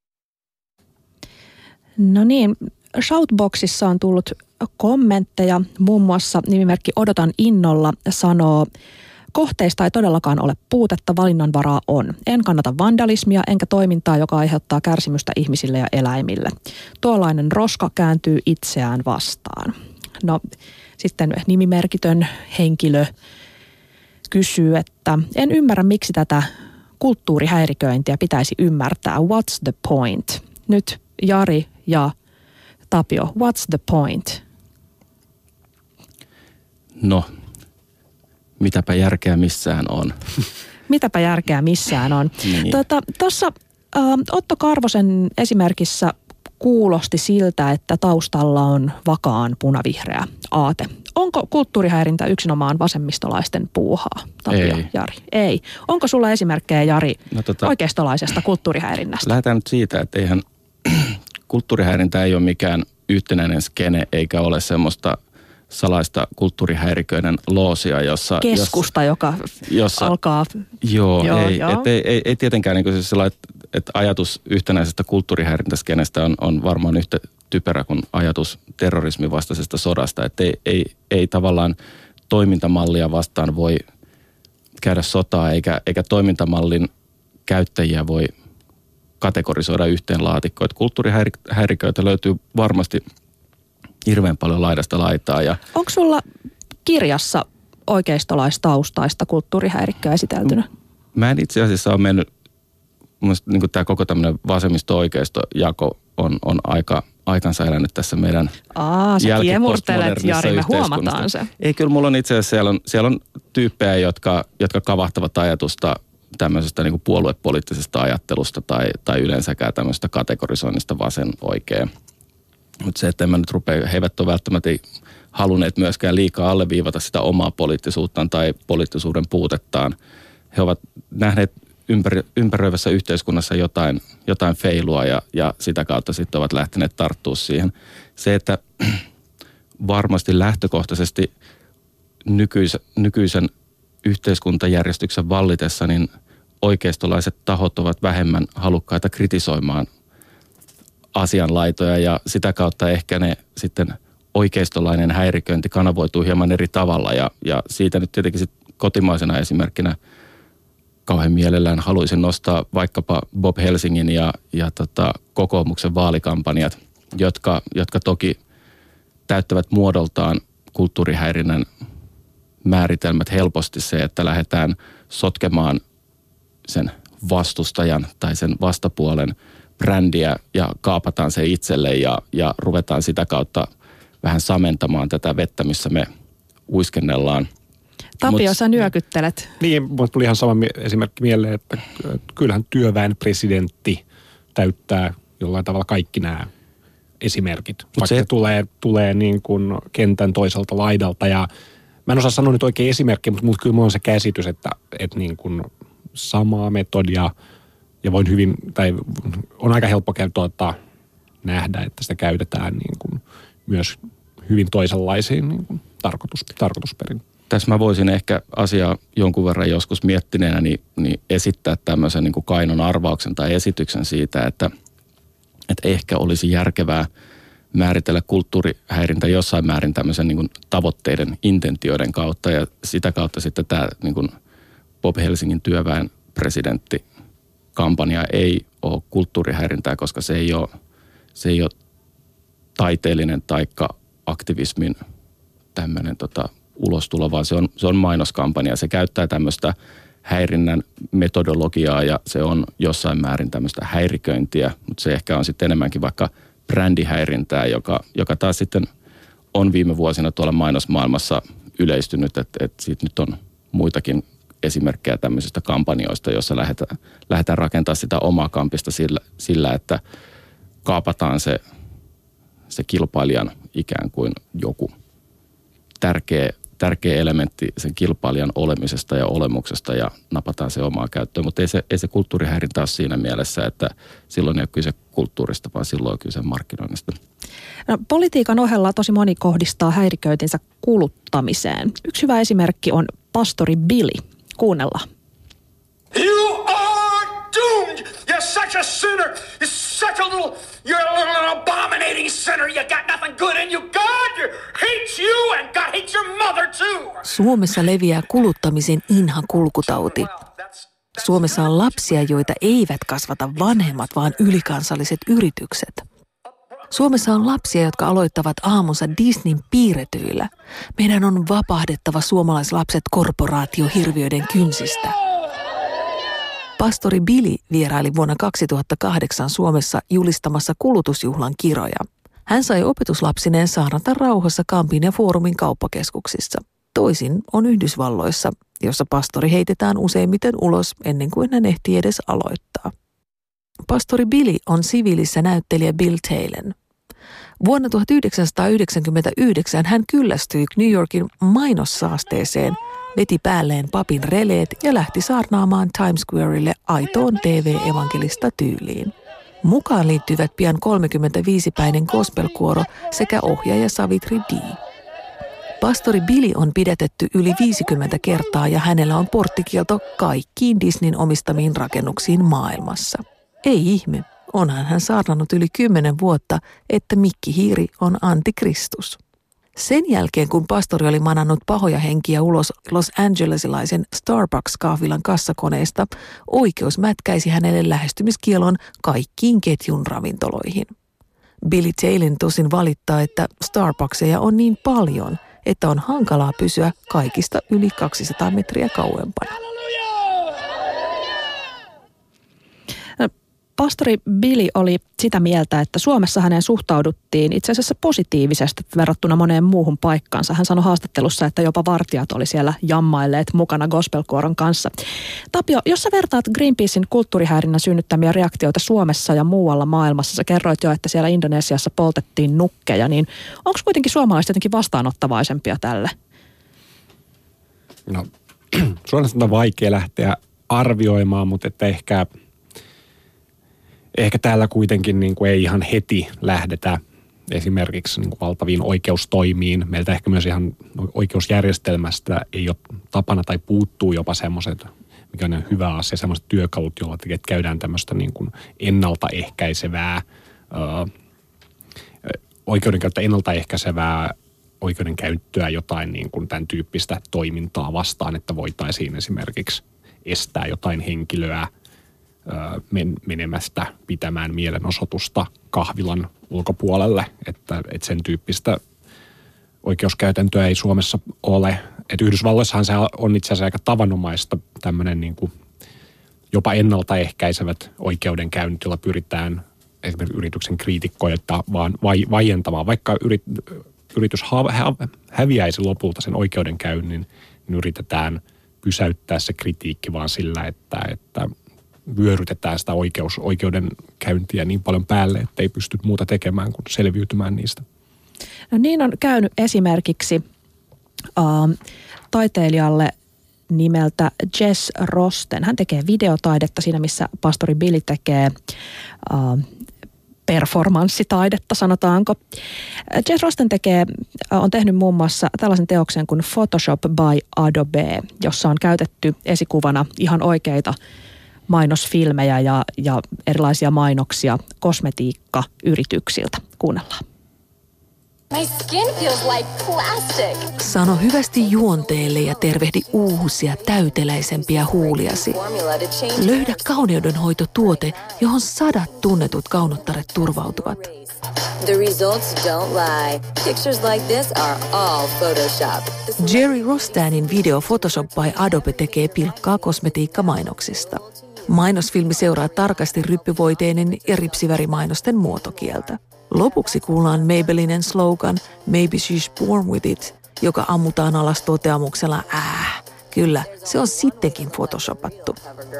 No niin, Shoutboxissa on tullut kommentteja, muun muassa nimimerkki Odotan innolla sanoo: kohteista ei todellakaan ole puutetta, valinnanvaraa on. En kannata vandalismia enkä toimintaa, joka aiheuttaa kärsimystä ihmisille ja eläimille. Tuollainen roska kääntyy itseään vastaan. No sitten nimimerkitön henkilö kysyy, että en ymmärrä, miksi tätä kulttuurihäiriköintiä pitäisi ymmärtää. What's the point? Nyt Jari ja Tapio, what's the point? No, mitäpä järkeä missään on. Mitäpä järkeä missään on. Niin. Tuossa tota, äh, Otto Karvosen esimerkissä kuulosti siltä, että taustalla on vakaan punavihreä aate. Onko kulttuurihäirintä yksinomaan vasemmistolaisten puuhaa, Tapio, Ei. Jari? Ei. Onko sulla esimerkkejä, Jari, no, tota, oikeistolaisesta kulttuurihäirinnästä? Lähdetään nyt siitä, että eihän kulttuurihäirintä ei ole mikään yhtenäinen skene, eikä ole semmoista salaista kulttuurihäiriköiden loosia, jossa... Keskusta, jos, joka jossa, alkaa... Joo, joo ei, joo. Et ei, ei, ei tietenkään niin kuin se, että, että ajatus yhtenäisestä kulttuurihäirintäskenestä on, on varmaan yhtä typerä kuin ajatus terrorismin vastaisesta sodasta. Että ei, ei, ei tavallaan toimintamallia vastaan voi käydä sotaa, eikä, eikä toimintamallin käyttäjiä voi kategorisoida yhteen laatikkoon. Kulttuurihäiriköitä löytyy varmasti hirveän paljon laidasta laitaa. Ja onko sulla kirjassa oikeistolaistaustaista kulttuurihäirikköä esiteltynä? Mä en itse asiassa ole mennyt, mielestäni niin tämä koko tämmöinen vasemmisto-oikeisto-jako on, on aika aikansa elänyt tässä meidän Aa, sä kiemurtelet, Jari, me huomataan se. Ei, kyllä mulla on itse asiassa, siellä on, siellä on tyyppejä, jotka, jotka kavahtavat ajatusta tämmöisestä niin kuin puoluepoliittisesta ajattelusta tai, tai yleensäkään tämmöistä kategorisoinnista vasen oikein. Mutta se, että en mä nyt rupea, he eivät ole välttämättä halunneet myöskään liikaa alleviivata sitä omaa poliittisuuttaan tai poliittisuuden puutettaan. He ovat nähneet ympär, ympäröivässä yhteiskunnassa jotain, jotain feilua ja, ja sitä kautta sitten ovat lähteneet tarttua siihen. Se, että varmasti lähtökohtaisesti nykyis, nykyisen yhteiskuntajärjestyksen vallitessa, niin oikeistolaiset tahot ovat vähemmän halukkaita kritisoimaan asianlaitoja ja sitä kautta ehkä ne sitten oikeistolainen häiriköinti kanavoituu hieman eri tavalla ja, ja siitä nyt tietenkin sit kotimaisena esimerkkinä kauhean mielellään haluaisin nostaa vaikkapa Bob Helsingin ja, ja tota, kokoomuksen vaalikampanjat, jotka, jotka toki täyttävät muodoltaan kulttuurihäirinnän määritelmät helposti se, että lähdetään sotkemaan sen vastustajan tai sen vastapuolen brändiä ja kaapataan se itselle ja, ja ruvetaan sitä kautta vähän samentamaan tätä vettä, missä me uiskennellaan. Tapio, Mut, sä nyökyttelet. Niin, mulle tuli ihan sama esimerkki mieleen, että kyllähän työväen presidentti täyttää jollain tavalla kaikki nämä esimerkit. Mut vaikka se tulee, tulee niin kuin kentän toiselta laidalta. Ja mä en osaa sanoa nyt oikein esimerkkiä, mutta, mutta kyllä mulla on se käsitys, että, että niin kuin samaa metodia ja voin hyvin, tai on aika helppo tuota, nähdä, että sitä käytetään niin kuin myös hyvin toisenlaisiin niin kuin tarkoitus, tarkoitusperin. Tässä mä voisin ehkä asiaa jonkun verran joskus miettineenä niin, niin esittää tämmöisen niin kuin kainon arvauksen tai esityksen siitä, että, että ehkä olisi järkevää määritellä kulttuurihäirintä jossain määrin tämmöisen niin kuin tavoitteiden, intentioiden kautta ja sitä kautta sitten tämä niin kuin Pop Helsingin työväen presidenttikampanja ei ole kulttuurihäirintää, koska se ei ole, se ei ole taiteellinen taikka aktivismin tämmöinen tota, ulostulo, vaan se on, se on mainoskampanja. Se käyttää tämmöistä häirinnän metodologiaa ja se on jossain määrin tämmöistä häiriköintiä, mutta se ehkä on sitten enemmänkin vaikka brändihäirintää, joka, joka taas sitten on viime vuosina tuolla mainosmaailmassa yleistynyt, että, että siitä nyt on muitakin esimerkkejä tämmöisistä kampanjoista, joissa lähdetään, lähdetään rakentamaan sitä omaa kampista sillä, sillä että kaapataan se, se kilpailijan ikään kuin joku tärkeä, tärkeä elementti sen kilpailijan olemisesta ja olemuksesta ja napataan se omaa käyttöön. Mutta ei se, ei se kulttuurihäirintä ole siinä mielessä, että silloin ei ole kyse kulttuurista, vaan silloin on kyse markkinoinnista. No, politiikan ohella tosi moni kohdistaa häiriköintinsä kuluttamiseen. Yksi hyvä esimerkki on pastori Billy. Kuunnellaan. You are doomed! You're such a sinner! You're such a little, you're a little abominating sinner! You got nothing good in you! God hates you and God hates your mother too! Suomessa leviää kuluttamisen inha kulkutauti. Suomessa on lapsia, joita eivät kasvata vanhemmat, vaan ylikansalliset yritykset. Suomessa on lapsia, jotka aloittavat aamunsa Disneyn piirretyillä. Meidän on vapahdettava suomalaislapset korporaatiohirviöiden kynsistä. Pastori Billy vieraili vuonna kaksituhattakahdeksan Suomessa julistamassa kulutusjuhlan kiroja. Hän sai opetuslapsineen saarnata rauhassa Kampin ja Foorumin kauppakeskuksissa. Toisin on Yhdysvalloissa, jossa pastori heitetään useimmiten ulos ennen kuin hän ehtii edes aloittaa. Pastori Billy on siviilissä näyttelijä Bill Taylor. Vuonna tuhatyhdeksänsataayhdeksänkymmentäyhdeksän hän kyllästyi New Yorkin mainossaasteeseen, veti päälleen papin releet ja lähti saarnaamaan Times Squarelle aitoon T V-evankelista tyyliin. Mukaan liittyvät pian kolmekymmentäviisipäinen gospelkuoro sekä ohjaaja Savitri D. Pastori Billy on pidätetty yli viisikymmentä kertaa ja hänellä on porttikielto kaikkiin Disneyn omistamiin rakennuksiin maailmassa. Ei ihme, onhan hän saarnannut yli kymmenen vuotta, että Mikki Hiiri on antikristus. Sen jälkeen, kun pastori oli manannut pahoja henkiä ulos Los Angelesilaisen Starbucks-kahvilan kassakoneesta, oikeus mätkäisi hänelle lähestymiskielon kaikkiin ketjun ravintoloihin. Billy Taylor tosin valittaa, että Starbuckseja on niin paljon, että on hankalaa pysyä kaikista yli kaksisataa metriä kauempana. Pastori Billy oli sitä mieltä, että Suomessa hänen suhtauduttiin itse asiassa positiivisesti verrattuna moneen muuhun paikkaansa. Hän sanoi haastattelussa, että jopa vartijat oli siellä jammailleet mukana gospelkuoron kanssa. Tapio, jos sä vertaat Greenpeacein kulttuurihäirinnän synnyttämiä reaktioita Suomessa ja muualla maailmassa, sä kerroit jo, että siellä Indonesiassa poltettiin nukkeja, niin onko kuitenkin suomalaiset jotenkin vastaanottavaisempia tälle? No, suorastaan on vaikea lähteä arvioimaan, mutta että ehkä... Ehkä täällä kuitenkin niin kuin ei ihan heti lähdetä esimerkiksi niin kuin valtaviin oikeustoimiin. Meiltä ehkä myös ihan oikeusjärjestelmästä ei ole tapana tai puuttuu jopa semmoiset, mikä on hyvä asia, semmoiset työkalut, joilla käydään tämmöistä niin kuin ennaltaehkäisevää, ö, oikeudenkäyttöä ennaltaehkäisevää oikeudenkäyttöä jotain niin kuin tämän tyyppistä toimintaa vastaan, että voitaisiin esimerkiksi estää jotain henkilöä menemästä pitämään mielenosoitusta kahvilan ulkopuolelle, että, että sen tyyppistä oikeuskäytäntöä ei Suomessa ole. Että Yhdysvalloissahan se on itse asiassa aika tavanomaista tämmöinen niin kuin jopa ennaltaehkäisevät oikeudenkäynnit, joilla pyritään esimerkiksi yrityksen kriitikkoilta, vaan vai, vaientamaan. Vaikka yrit, yritys ha, hä, häviäisi lopulta sen oikeudenkäynnin, niin yritetään pysäyttää se kritiikki vaan sillä, että, että vyörytetään sitä oikeus, oikeudenkäyntiä niin paljon päälle, että ei pysty muuta tekemään kuin selviytymään niistä. No niin on käynyt esimerkiksi äh, taiteilijalle nimeltä Jess Rosten. Hän tekee videotaidetta siinä, missä pastori Billy tekee äh, performanssitaidetta, sanotaanko. Jess Rosten tekee, on tehnyt muun muassa tällaisen teoksen kuin Photoshop by Adobe, jossa on käytetty esikuvana ihan oikeita mainosfilmejä ja, ja erilaisia mainoksia kosmetiikkayrityksiltä. Kuunnellaan. My skin feels like plastic. Sano hyvästi juonteelle ja tervehdi uusia, täyteläisempiä huuliasi. Löydä kauneudenhoitotuote, johon sadat tunnetut kaunottaret turvautuvat. The results don't lie. Pictures like this are all Photoshop. Jerry Rostanin video Photoshop by Adobe tekee pilkkaa kosmetiikkamainoksista. Mainosfilmi seuraa tarkasti ryppyvoiteinen ja ripsivärimainosten muotokieltä. Lopuksi kuullaan Maybellinen slogan Maybe she's born with it, joka ammutaan alas toteamuksella äh, kyllä, se on sittenkin photoshopattu.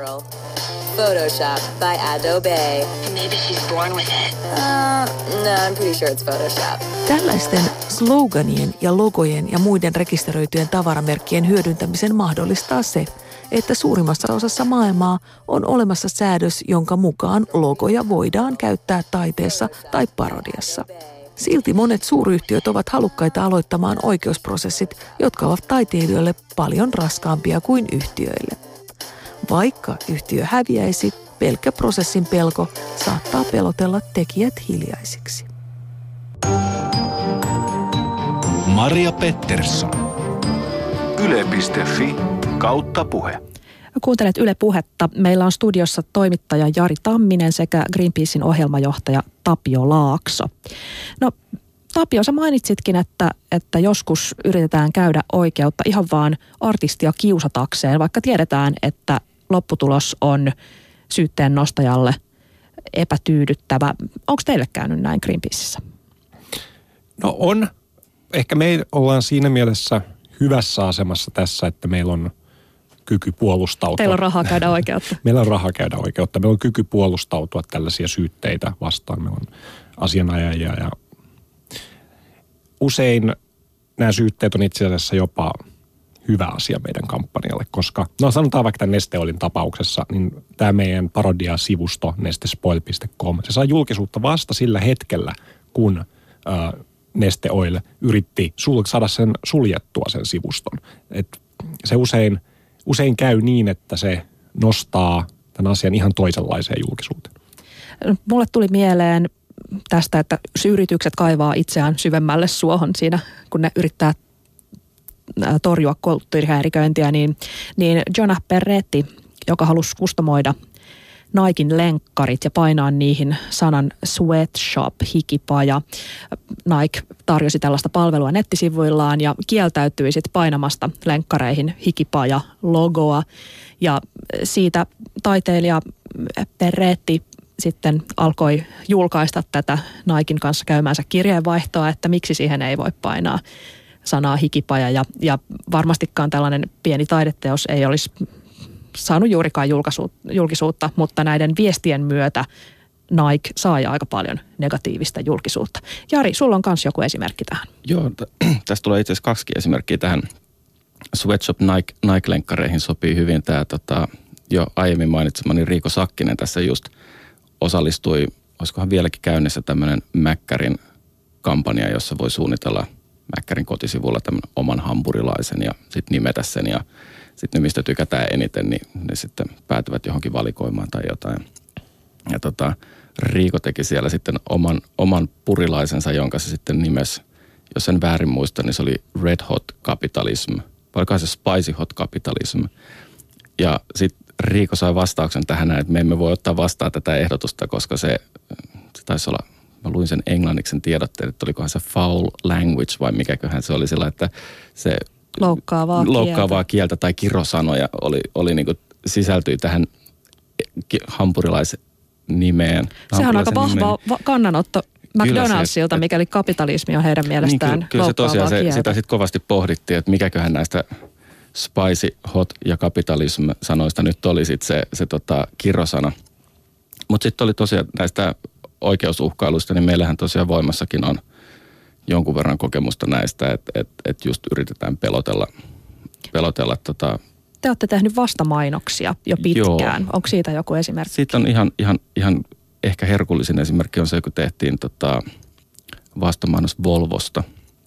Photoshop by Adobe. Maybe she's born with it. Uh, no, I'm pretty sure it's Photoshop. Tällaisten sloganien ja logojen ja muiden rekisteröityjen tavaramerkkien hyödyntämisen mahdollistaa se, että suurimmassa osassa maailmaa on olemassa säädös, jonka mukaan logoja voidaan käyttää taiteessa tai parodiassa. Silti monet suuryhtiöt ovat halukkaita aloittamaan oikeusprosessit, jotka ovat taiteilijoille paljon raskaampia kuin yhtiöille. Vaikka yhtiö häviäisi, pelkkä prosessin pelko saattaa pelotella tekijät hiljaisiksi. Maria Pettersson. Yle piste fi kautta puhe. Kuuntelet Yle Puhetta. Meillä on studiossa toimittaja Jari Tamminen sekä Greenpeacein ohjelmajohtaja Tapio Laakso. No Tapio, sä mainitsitkin, että, että joskus yritetään käydä oikeutta ihan vaan artistia kiusatakseen, vaikka tiedetään, että lopputulos on syytteen nostajalle epätyydyttävä. Onko teille käynyt näin Greenpeaceissä? No on. Ehkä me ollaan siinä mielessä hyvässä asemassa tässä, että meillä on kyky puolustautua. Teillä on rahaa käydä oikeutta. Meillä on rahaa käydä oikeutta. Meillä on kyky puolustautua tällaisia syytteitä vastaan. Meillä on asianajajia ja usein nämä syytteet on itse asiassa jopa hyvä asia meidän kampanjalle, koska no sanotaan vaikka tämän Neste Oilin tapauksessa, niin tämä meidän parodia-sivusto nestespoil piste com, se saa julkisuutta vasta sillä hetkellä, kun ää, Neste Oil yritti sul- saada sen suljettua sen sivuston. Et se usein, usein käy niin, että se nostaa tämän asian ihan toisenlaiseen julkisuuteen. Mulle tuli mieleen tästä, että yritykset kaivaa itseään syvemmälle suohon siinä, kun ne yrittää torjua kulttuurihäiriköintiä, niin, niin Jonah Peretti, joka halusi kustomoida Niken lenkkarit ja painaa niihin sanan sweatshop, hikipaja. Nike tarjosi tällaista palvelua nettisivuillaan ja kieltäytyi sitten painamasta lenkkareihin hikipaja logoa. Ja siitä taiteilija Peretti sitten alkoi julkaista tätä Niken kanssa käymäänsä kirjeenvaihtoa, että miksi siihen ei voi painaa sanaa hikipaja. Ja, ja varmastikaan tällainen pieni taideteos ei olisi saanut juurikaan julkisuutta, mutta näiden viestien myötä Nike saa aika paljon negatiivista julkisuutta. Jari, sulla on myös joku esimerkki tähän. Joo, t- tästä tulee itse asiassa kaksikin esimerkkiä tähän. Sweatshop Nike, Nike-lenkkareihin sopii hyvin tämä tota, jo aiemmin mainitsemani Riiko Sakkinen tässä just osallistui, olisikohan vieläkin käynnissä tämmöinen Mäkkärin kampanja, jossa voi suunnitella Mäkkärin kotisivulla tämmöinen oman hampurilaisen ja sitten nimetä sen ja sitten ne, mistä tykätään eniten, niin ne sitten päätyvät johonkin valikoimaan tai jotain. Ja tota, Riiko teki siellä sitten oman, oman purilaisensa, jonka se sitten nimesi, jos sen väärin muista, niin se oli Red Hot Capitalism. Vai se Spicy Hot Capitalism. Ja sitten Riiko sai vastauksen tähän, että me emme voi ottaa vastaan tätä ehdotusta, koska se, se taisi olla, mä luin sen englanniksi sen tiedotteen, että olikohan se foul language vai mikäköhän se oli sillä, että se Loukkaavaa, loukkaavaa kieltä. kieltä tai kirosanoja oli, oli niin kuin, sisältyi tähän hampurilaisen nimeen. Sehän on aika vahva va- kannanotto McDonaldsilta, se, mikäli kapitalismi on heidän mielestään niin, kyllä, kyllä se tosiaan, se, sitä sitten kovasti pohdittiin, että mikäköhän näistä spicy, hot ja kapitalism sanoista nyt oli sitten se, se tota, kirosana. Mutta sitten oli tosiaan näistä oikeusuhkailuista, niin meillähän tosiaan voimassakin on jonkun verran kokemusta näistä, että et, et just yritetään pelotella. pelotella tota. Te olette tehnyt vastamainoksia jo pitkään. Joo. Onko siitä joku esimerkki? Siitä on ihan, ihan, ihan ehkä herkullisin esimerkki on se, kun tehtiin tota vastamainos Volvosta.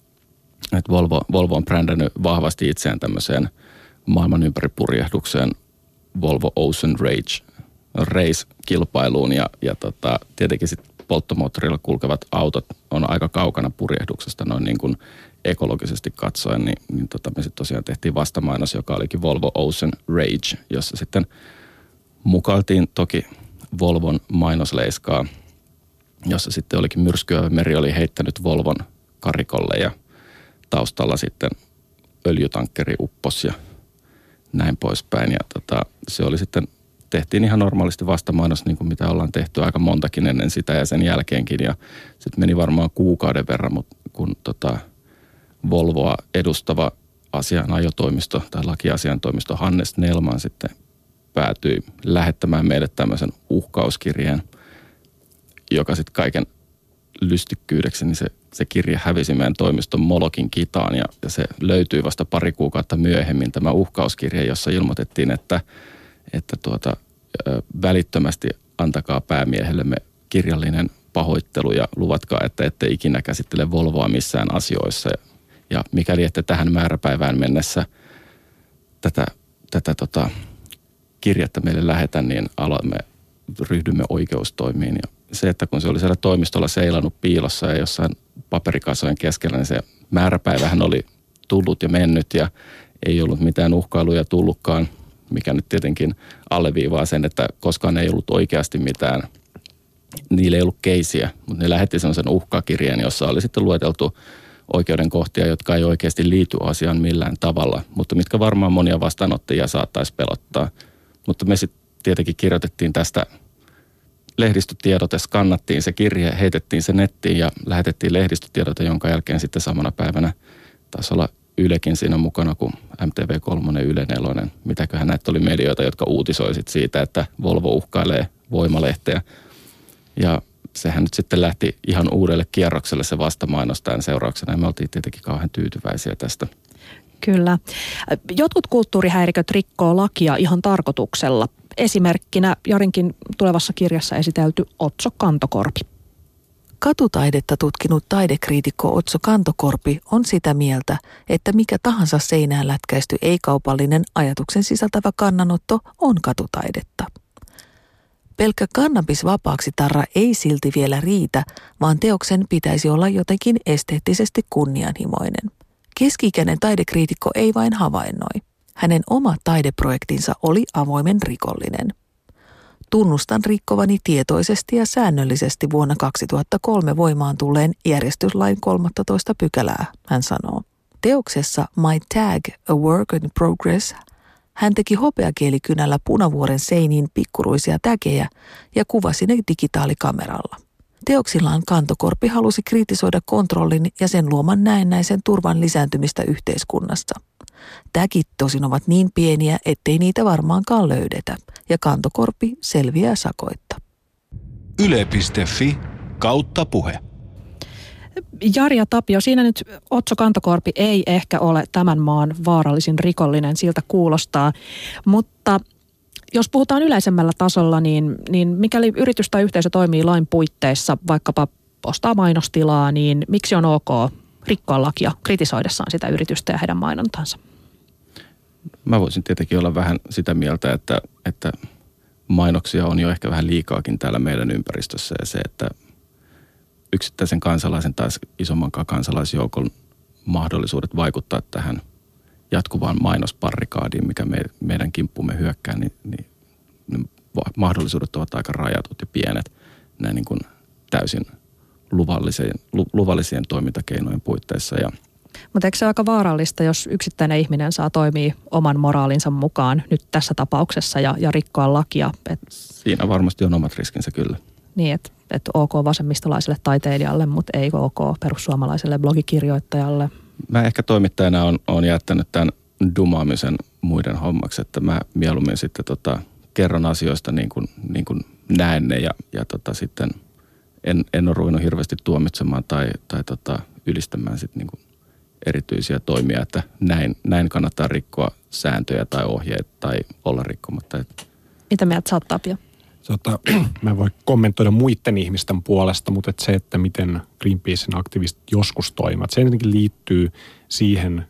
Et Volvo, Volvo on brändännyt vahvasti itseään tämmöiseen maailman ympäripurjehdukseen Volvo Ocean Rage race-kilpailuun ja, ja tota, tietenkin sitten polttomoottorilla kulkevat autot on aika kaukana purjehduksesta noin niin kuin ekologisesti katsoen, niin, niin tota, me sitten tosiaan tehtiin vastamainos, joka olikin Volvo Ocean Rage, jossa sitten mukailtiin toki Volvon mainosleiskaa, jossa sitten olikin myrskyä, meri oli heittänyt Volvon karikolle ja taustalla sitten öljytankkeri uppos ja näin poispäin. Ja tota, se oli sitten, tehtiin ihan normaalisti vastamainos, niin kuin mitä ollaan tehty aika montakin ennen sitä ja sen jälkeenkin. Ja sitten meni varmaan kuukauden verran, mutta kun tota, Volvoa edustava asianajotoimisto tai lakiasiantoimisto Hannes Nelman sitten päätyi lähettämään meille tämmöisen uhkauskirjeen, joka sitten kaiken lystikkyydeksi, niin se, se kirje hävisi meidän toimiston Molokin kitaan ja, ja se löytyi vasta pari kuukautta myöhemmin tämä uhkauskirje, jossa ilmoitettiin, että, että tuota, välittömästi antakaa päämiehellemme kirjallinen pahoittelu ja luvatkaa, että ette ikinä käsittele Volvoa missään asioissa. Ja mikäli ette tähän määräpäivään mennessä tätä, tätä tota, kirjettä meille lähetä, niin alamme, ryhdymme oikeustoimiin. Ja se, että kun se oli siellä toimistolla seilannut piilossa ja jossain paperikasojen keskellä, niin se määräpäivähän oli tullut ja mennyt ja ei ollut mitään uhkailuja tullutkaan, mikä nyt tietenkin alleviivaa sen, että koskaan ei ollut oikeasti mitään. Niillä ei ollut keisiä, mutta ne lähetti sellaisen uhkakirjeen, jossa oli sitten lueteltu oikeudenkohtia, jotka ei oikeasti liity asiaan millään tavalla, mutta mitkä varmaan monia vastaanottajia saattaisi pelottaa. Mutta me sitten tietenkin kirjoitettiin tästä lehdistötiedote, skannattiin se kirje, heitettiin se nettiin ja lähetettiin lehdistötiedote, jonka jälkeen sitten samana päivänä taisi olla Ylekin siinä mukana kuin M T V kolme, Yle neljä. Mitäköhän näitä oli medioita, jotka uutisoisit siitä, että Volvo uhkailee Voimalehteä. Ja sehän nyt sitten lähti ihan uudelle kierrokselle se vastamainos tämän seurauksena ja me oltiin tietenkin kauhean tyytyväisiä tästä. Kyllä. Jotkut kulttuurihäiriköt rikkoo lakia ihan tarkoituksella. Esimerkkinä Jarinkin tulevassa kirjassa esitelty Otso Kantokorpi. Katutaidetta tutkinut taidekriitikko Otso Kantokorpi on sitä mieltä, että mikä tahansa seinään lätkäisty ei-kaupallinen ajatuksen sisältävä kannanotto on katutaidetta. Pelkkä kannabisvapaaksi tarra ei silti vielä riitä, vaan teoksen pitäisi olla jotenkin esteettisesti kunnianhimoinen. Keski-ikäinen taidekriitikko ei vain havainnoi. Hänen oma taideprojektinsa oli avoimen rikollinen. Tunnustan rikkovani tietoisesti ja säännöllisesti vuonna kaksituhattakolme voimaan tulleen järjestyslain kolmastoista pykälää, hän sanoo. Teoksessa My Tag, A Work in Progress, hän teki hopeakielikynällä Punavuoren seiniin pikkuruisia tägejä ja kuvasi ne digitaalikameralla. Teoksillaan Kantokorpi halusi kritisoida kontrollin ja sen luoman näennäisen turvan lisääntymistä yhteiskunnassa. Tägit tosin ovat niin pieniä, ettei niitä varmaankaan löydetä, ja Kantokorpi selviää sakoitta. Yle piste fi kautta puhe. Jari ja Tapio, siinä nyt Otso Kantokorpi ei ehkä ole tämän maan vaarallisin rikollinen, siltä kuulostaa, mutta jos puhutaan yleisemmällä tasolla, niin, niin mikäli yritys tai yhteisö toimii lain puitteissa, vaikkapa ostaa mainostilaa, niin miksi on ok rikkoa lakia kritisoidessaan sitä yritystä ja heidän mainontansa? Mä voisin tietenkin olla vähän sitä mieltä, että, että mainoksia on jo ehkä vähän liikaakin täällä meidän ympäristössä ja se, että yksittäisen kansalaisen tai isommankaan kansalaisjoukon mahdollisuudet vaikuttaa tähän jatkuvaan mainosparrikaadiin, mikä me, meidän kimppumme hyökkää, niin, niin, niin mahdollisuudet ovat aika rajatut ja pienet näin niin kuin täysin luvallisien, lu, luvallisien toimintakeinojen puitteissa. Ja Mutta eikö se ole aika vaarallista, jos yksittäinen ihminen saa toimia oman moraalinsa mukaan nyt tässä tapauksessa ja, ja rikkoa lakia? Et, Siinä varmasti on omat riskinsä kyllä. Niin, että et ok vasemmistolaiselle taiteilijalle, mutta ei ok perussuomalaiselle blogikirjoittajalle. Mä ehkä toimittajana on, on jättänyt tämän dumaamisen muiden hommaksi, että mä mieluummin sitten tota, kerron asioista niin kuin, niin kuin näen ne ja, ja tota, sitten en, en ole ruvennut hirveästi tuomitsemaan tai, tai tota, ylistämään sitten niin kuin erityisiä toimia, että näin, näin kannattaa rikkoa sääntöjä tai ohjeita tai olla rikkomatta. Mitä mieltä sä oot, Tapio? Tota, mä en voi kommentoida muiden ihmisten puolesta, mutta et se, että miten Greenpeacein aktivistit joskus toimivat, se jotenkin liittyy siihen,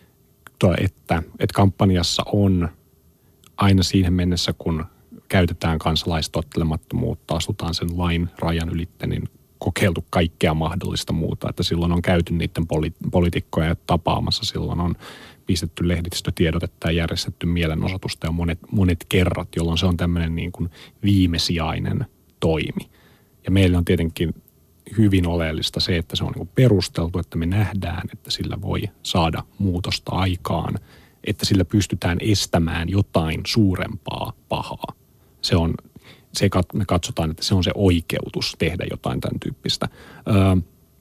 että, että kampanjassa on aina siihen mennessä, kun käytetään kansalaistottelemattomuutta, asutaan sen lain rajan ylitte, niin kokeiltu kaikkea mahdollista muuta. Että silloin on käyty niiden poli- poliitikkoja tapaamassa, silloin on pistetty lehdistötiedotetta ja järjestetty mielenosoitusta jo monet, monet kerrat, jolloin se on tämmöinen niin kuin viimesijainen toimi. Ja meillä on tietenkin hyvin oleellista se, että se on niin kuin perusteltu, että me nähdään, että sillä voi saada muutosta aikaan, että sillä pystytään estämään jotain suurempaa pahaa. Se on, se, me katsotaan, että se on se oikeutus tehdä jotain tämän tyyppistä. Öö,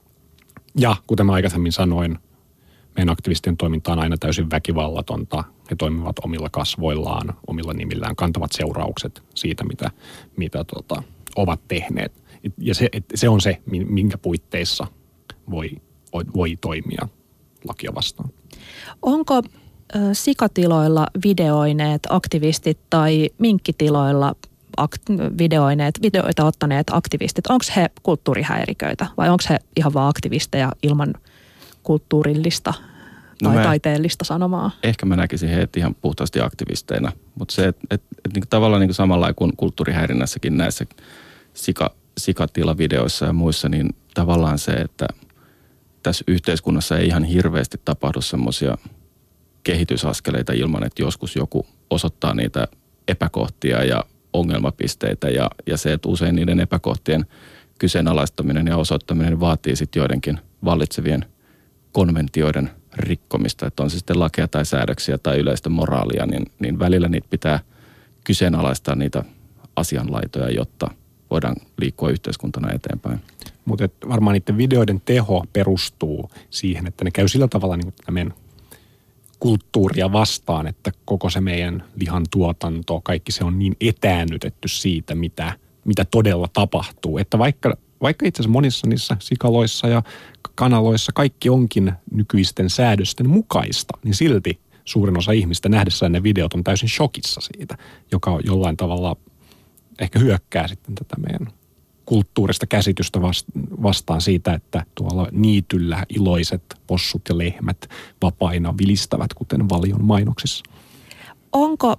ja kuten mä aikaisemmin sanoin, meidän aktivistien toiminta on aina täysin väkivallatonta. He toimivat omilla kasvoillaan, omilla nimillään, kantavat seuraukset siitä, mitä, mitä tota, ovat tehneet. Ja se, se on se, minkä puitteissa voi, voi toimia lakia vastaan. Onko äh, sikatiloilla videoineet aktivistit tai minkkitiloilla akt- videoineet, videoita ottaneet aktivistit, onko he kulttuurihäiriköitä vai onko he ihan vaan aktivisteja ilman kulttuurillista tai no taiteellista sanomaa? Ehkä mä näkisin heitä ihan puhtaasti aktivisteina, mutta se, että et, et, niin tavallaan niin samalla kuin kulttuurihäirinnässäkin näissä sika, sikatilavideoissa ja muissa, niin tavallaan se, että tässä yhteiskunnassa ei ihan hirveästi tapahdu semmoisia kehitysaskeleita ilman, että joskus joku osoittaa niitä epäkohtia ja ongelmapisteitä ja, ja se, että usein niiden epäkohtien kyseenalaistaminen ja osoittaminen vaatii sitten joidenkin vallitsevien konventioiden rikkomista, että on se sitten lakeja tai säädöksiä tai yleistä moraalia, niin, niin välillä niitä pitää kyseenalaistaa niitä asianlaitoja, jotta voidaan liikkua yhteiskuntana eteenpäin. Mutta varmaan niiden videoiden teho perustuu siihen, että ne käy sillä tavalla niin kuin meidän kulttuuria vastaan, että koko se meidän lihan tuotanto, kaikki se on niin etäännytetty siitä, mitä, mitä todella tapahtuu. Että vaikka, vaikka itse asiassa monissa niissä sikaloissa ja kanaloissa kaikki onkin nykyisten säädösten mukaista, niin silti suurin osa ihmistä nähdessään ne videot on täysin shokissa siitä, joka jollain tavalla ehkä hyökkää sitten tätä meidän kulttuurista käsitystä vastaan siitä, että tuolla niityllä iloiset possut ja lehmät vapaina vilistävät, kuten Valion mainoksissa. Onko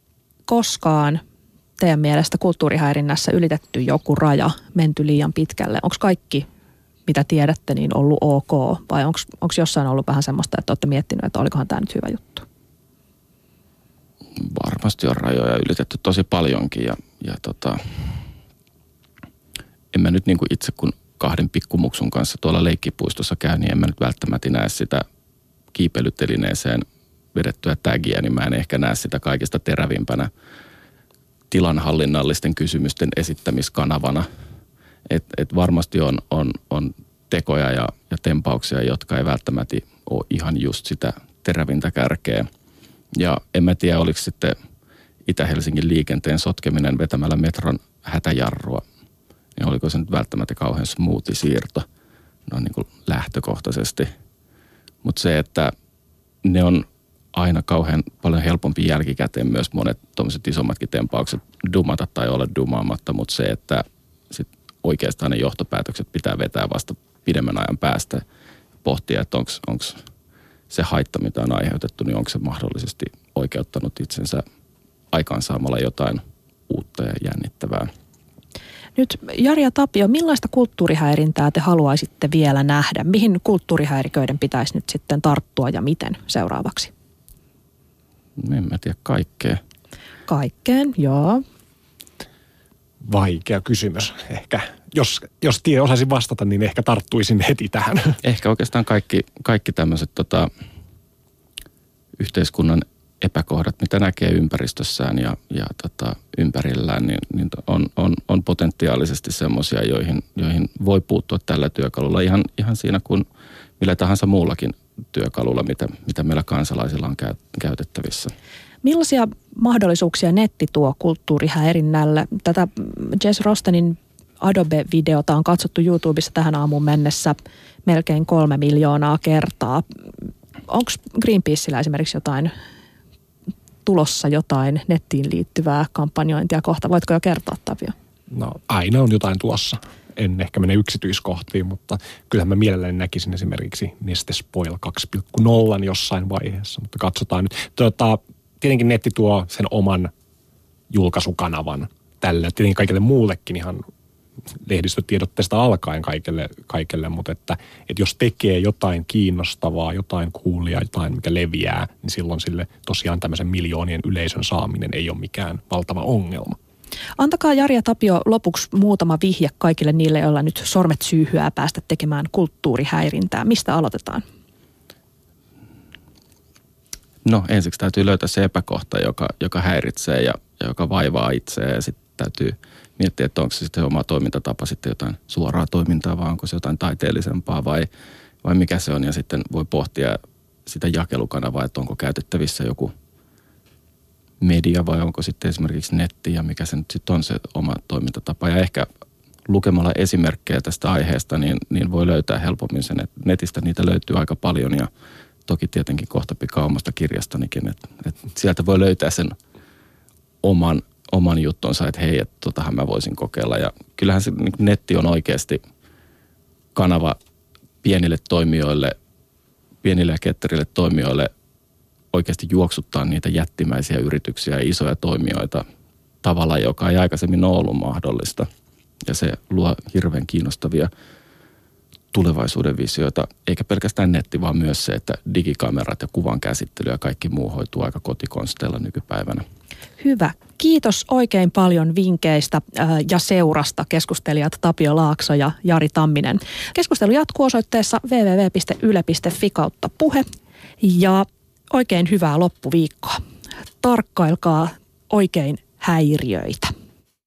koskaan teidän mielestä kulttuurihäirinnässä ylitetty joku raja, menty liian pitkälle? Onko kaikki, mitä tiedätte, niin ollut ok? Vai onko jossain ollut vähän semmoista, että olette miettineet, että olikohan tämä nyt hyvä juttu? Varmasti on rajoja ylitetty tosi paljonkin ja, ja tota, en mä nyt niin kuin itse kun kahden pikkumuksun kanssa tuolla leikkipuistossa käy, niin en mä nyt välttämättä näe sitä kiipeilytelineeseen vedettyä tagia, niin mä en ehkä näe sitä kaikista terävimpänä tilanhallinnallisten kysymysten esittämiskanavana. Et, et varmasti on, on, on tekoja ja, ja tempauksia, jotka ei välttämättä ole ihan just sitä terävintä kärkeä. Ja en mä tiedä, oliko sitten Itä-Helsingin liikenteen sotkeminen vetämällä metron hätäjarrua, niin oliko se nyt välttämättä kauhean smoothi siirto, no niin kuin lähtökohtaisesti. Mutta se, että ne on aina kauhean paljon helpompi jälkikäteen myös monet tuommoiset isommatkin tempaukset dumata tai olla dumaamatta, mutta se, että sit oikeastaan ne johtopäätökset pitää vetää vasta pidemmän ajan päästä pohtia, että onko se haitta, mitä on aiheutettu, niin onko se mahdollisesti oikeuttanut itsensä aikaansaamalla jotain uutta ja jännittävää. Nyt Jari ja Tapio, millaista kulttuurihäirintää te haluaisitte vielä nähdä? Mihin kulttuurihäiriköiden pitäisi nyt sitten tarttua ja miten seuraavaksi? En mä tiedä, kaikkea. Kaikkeen, joo. Vaikea kysymys. Ehkä, jos, jos tie osaisin vastata, niin ehkä tarttuisin heti tähän. Ehkä oikeastaan kaikki, kaikki tämmöiset tota, yhteiskunnan epäkohdat, mitä näkee ympäristössään ja, ja tota, ympärillään, niin, niin on, on, on potentiaalisesti semmoisia, joihin, joihin voi puuttua tällä työkalulla ihan, ihan siinä kuin millä tahansa muullakin työkalulla, mitä, mitä meillä kansalaisilla on käy, käytettävissä. Millaisia mahdollisuuksia netti tuo kulttuurihäirinnälle? Tätä Jess Rostenin Adobe-videota on katsottu YouTubessa tähän aamuun mennessä melkein kolme miljoonaa kertaa. Onko Greenpeacella esimerkiksi jotain tulossa jotain nettiin liittyvää kampanjointia kohta? Voitko jo kertoa, Tapio? No aina on jotain tulossa. En ehkä mene yksityiskohtiin, mutta kyllähän mä mielelläni näkisin esimerkiksi Neste Spoil kaksi piste nolla jossain vaiheessa, mutta katsotaan nyt. Tota, tietenkin netti tuo sen oman julkaisukanavan tälle, tietenkin kaikille muullekin ihan lehdistötiedotteesta alkaen kaikille, kaikille mutta että, että jos tekee jotain kiinnostavaa, jotain coolia, jotain mikä leviää, niin silloin sille tosiaan tämmöisen miljoonien yleisön saaminen ei ole mikään valtava ongelma. Antakaa Jari ja Tapio lopuksi muutama vihje kaikille niille, joilla nyt sormet syyhyää päästä tekemään kulttuurihäirintää. Mistä aloitetaan? No ensiksi täytyy löytää se epäkohta, joka, joka häiritsee ja, ja joka vaivaa itseä ja sitten täytyy miettiä, että onko se sitten oma toimintatapa sitten jotain suoraa toimintaa vai onko se jotain taiteellisempaa vai, vai mikä se on. Ja sitten voi pohtia sitä jakelukanavaa, että onko käytettävissä joku media vai onko sitten esimerkiksi netti ja mikä se nyt sitten on se oma toimintatapa. Ja ehkä lukemalla esimerkkejä tästä aiheesta, niin, niin voi löytää helpommin sen, että netistä niitä löytyy aika paljon ja toki tietenkin kohta pikaa omasta kirjastanikin, että, että sieltä voi löytää sen oman, oman juttonsa, että hei, että totahan mä voisin kokeilla. Ja kyllähän se niin netti on oikeasti kanava pienille toimijoille, pienille ja ketterille toimijoille oikeasti juoksuttaa niitä jättimäisiä yrityksiä ja isoja toimijoita tavalla, joka ei aikaisemmin ole ollut mahdollista. Ja se luo hirveän kiinnostavia tulevaisuuden visioita, eikä pelkästään netti, vaan myös se, että digikamerat ja kuvan käsittely ja kaikki muu hoituu aika kotikonsteilla nykypäivänä. Hyvä. Kiitos oikein paljon vinkkeistä ja seurasta keskustelijat Tapio Laakso ja Jari Tamminen. Keskustelu jatkuu osoitteessa double-u double-u double-u piste yle piste fi kautta puhe ja oikein hyvää loppuviikkoa. Tarkkailkaa oikein häiriöitä.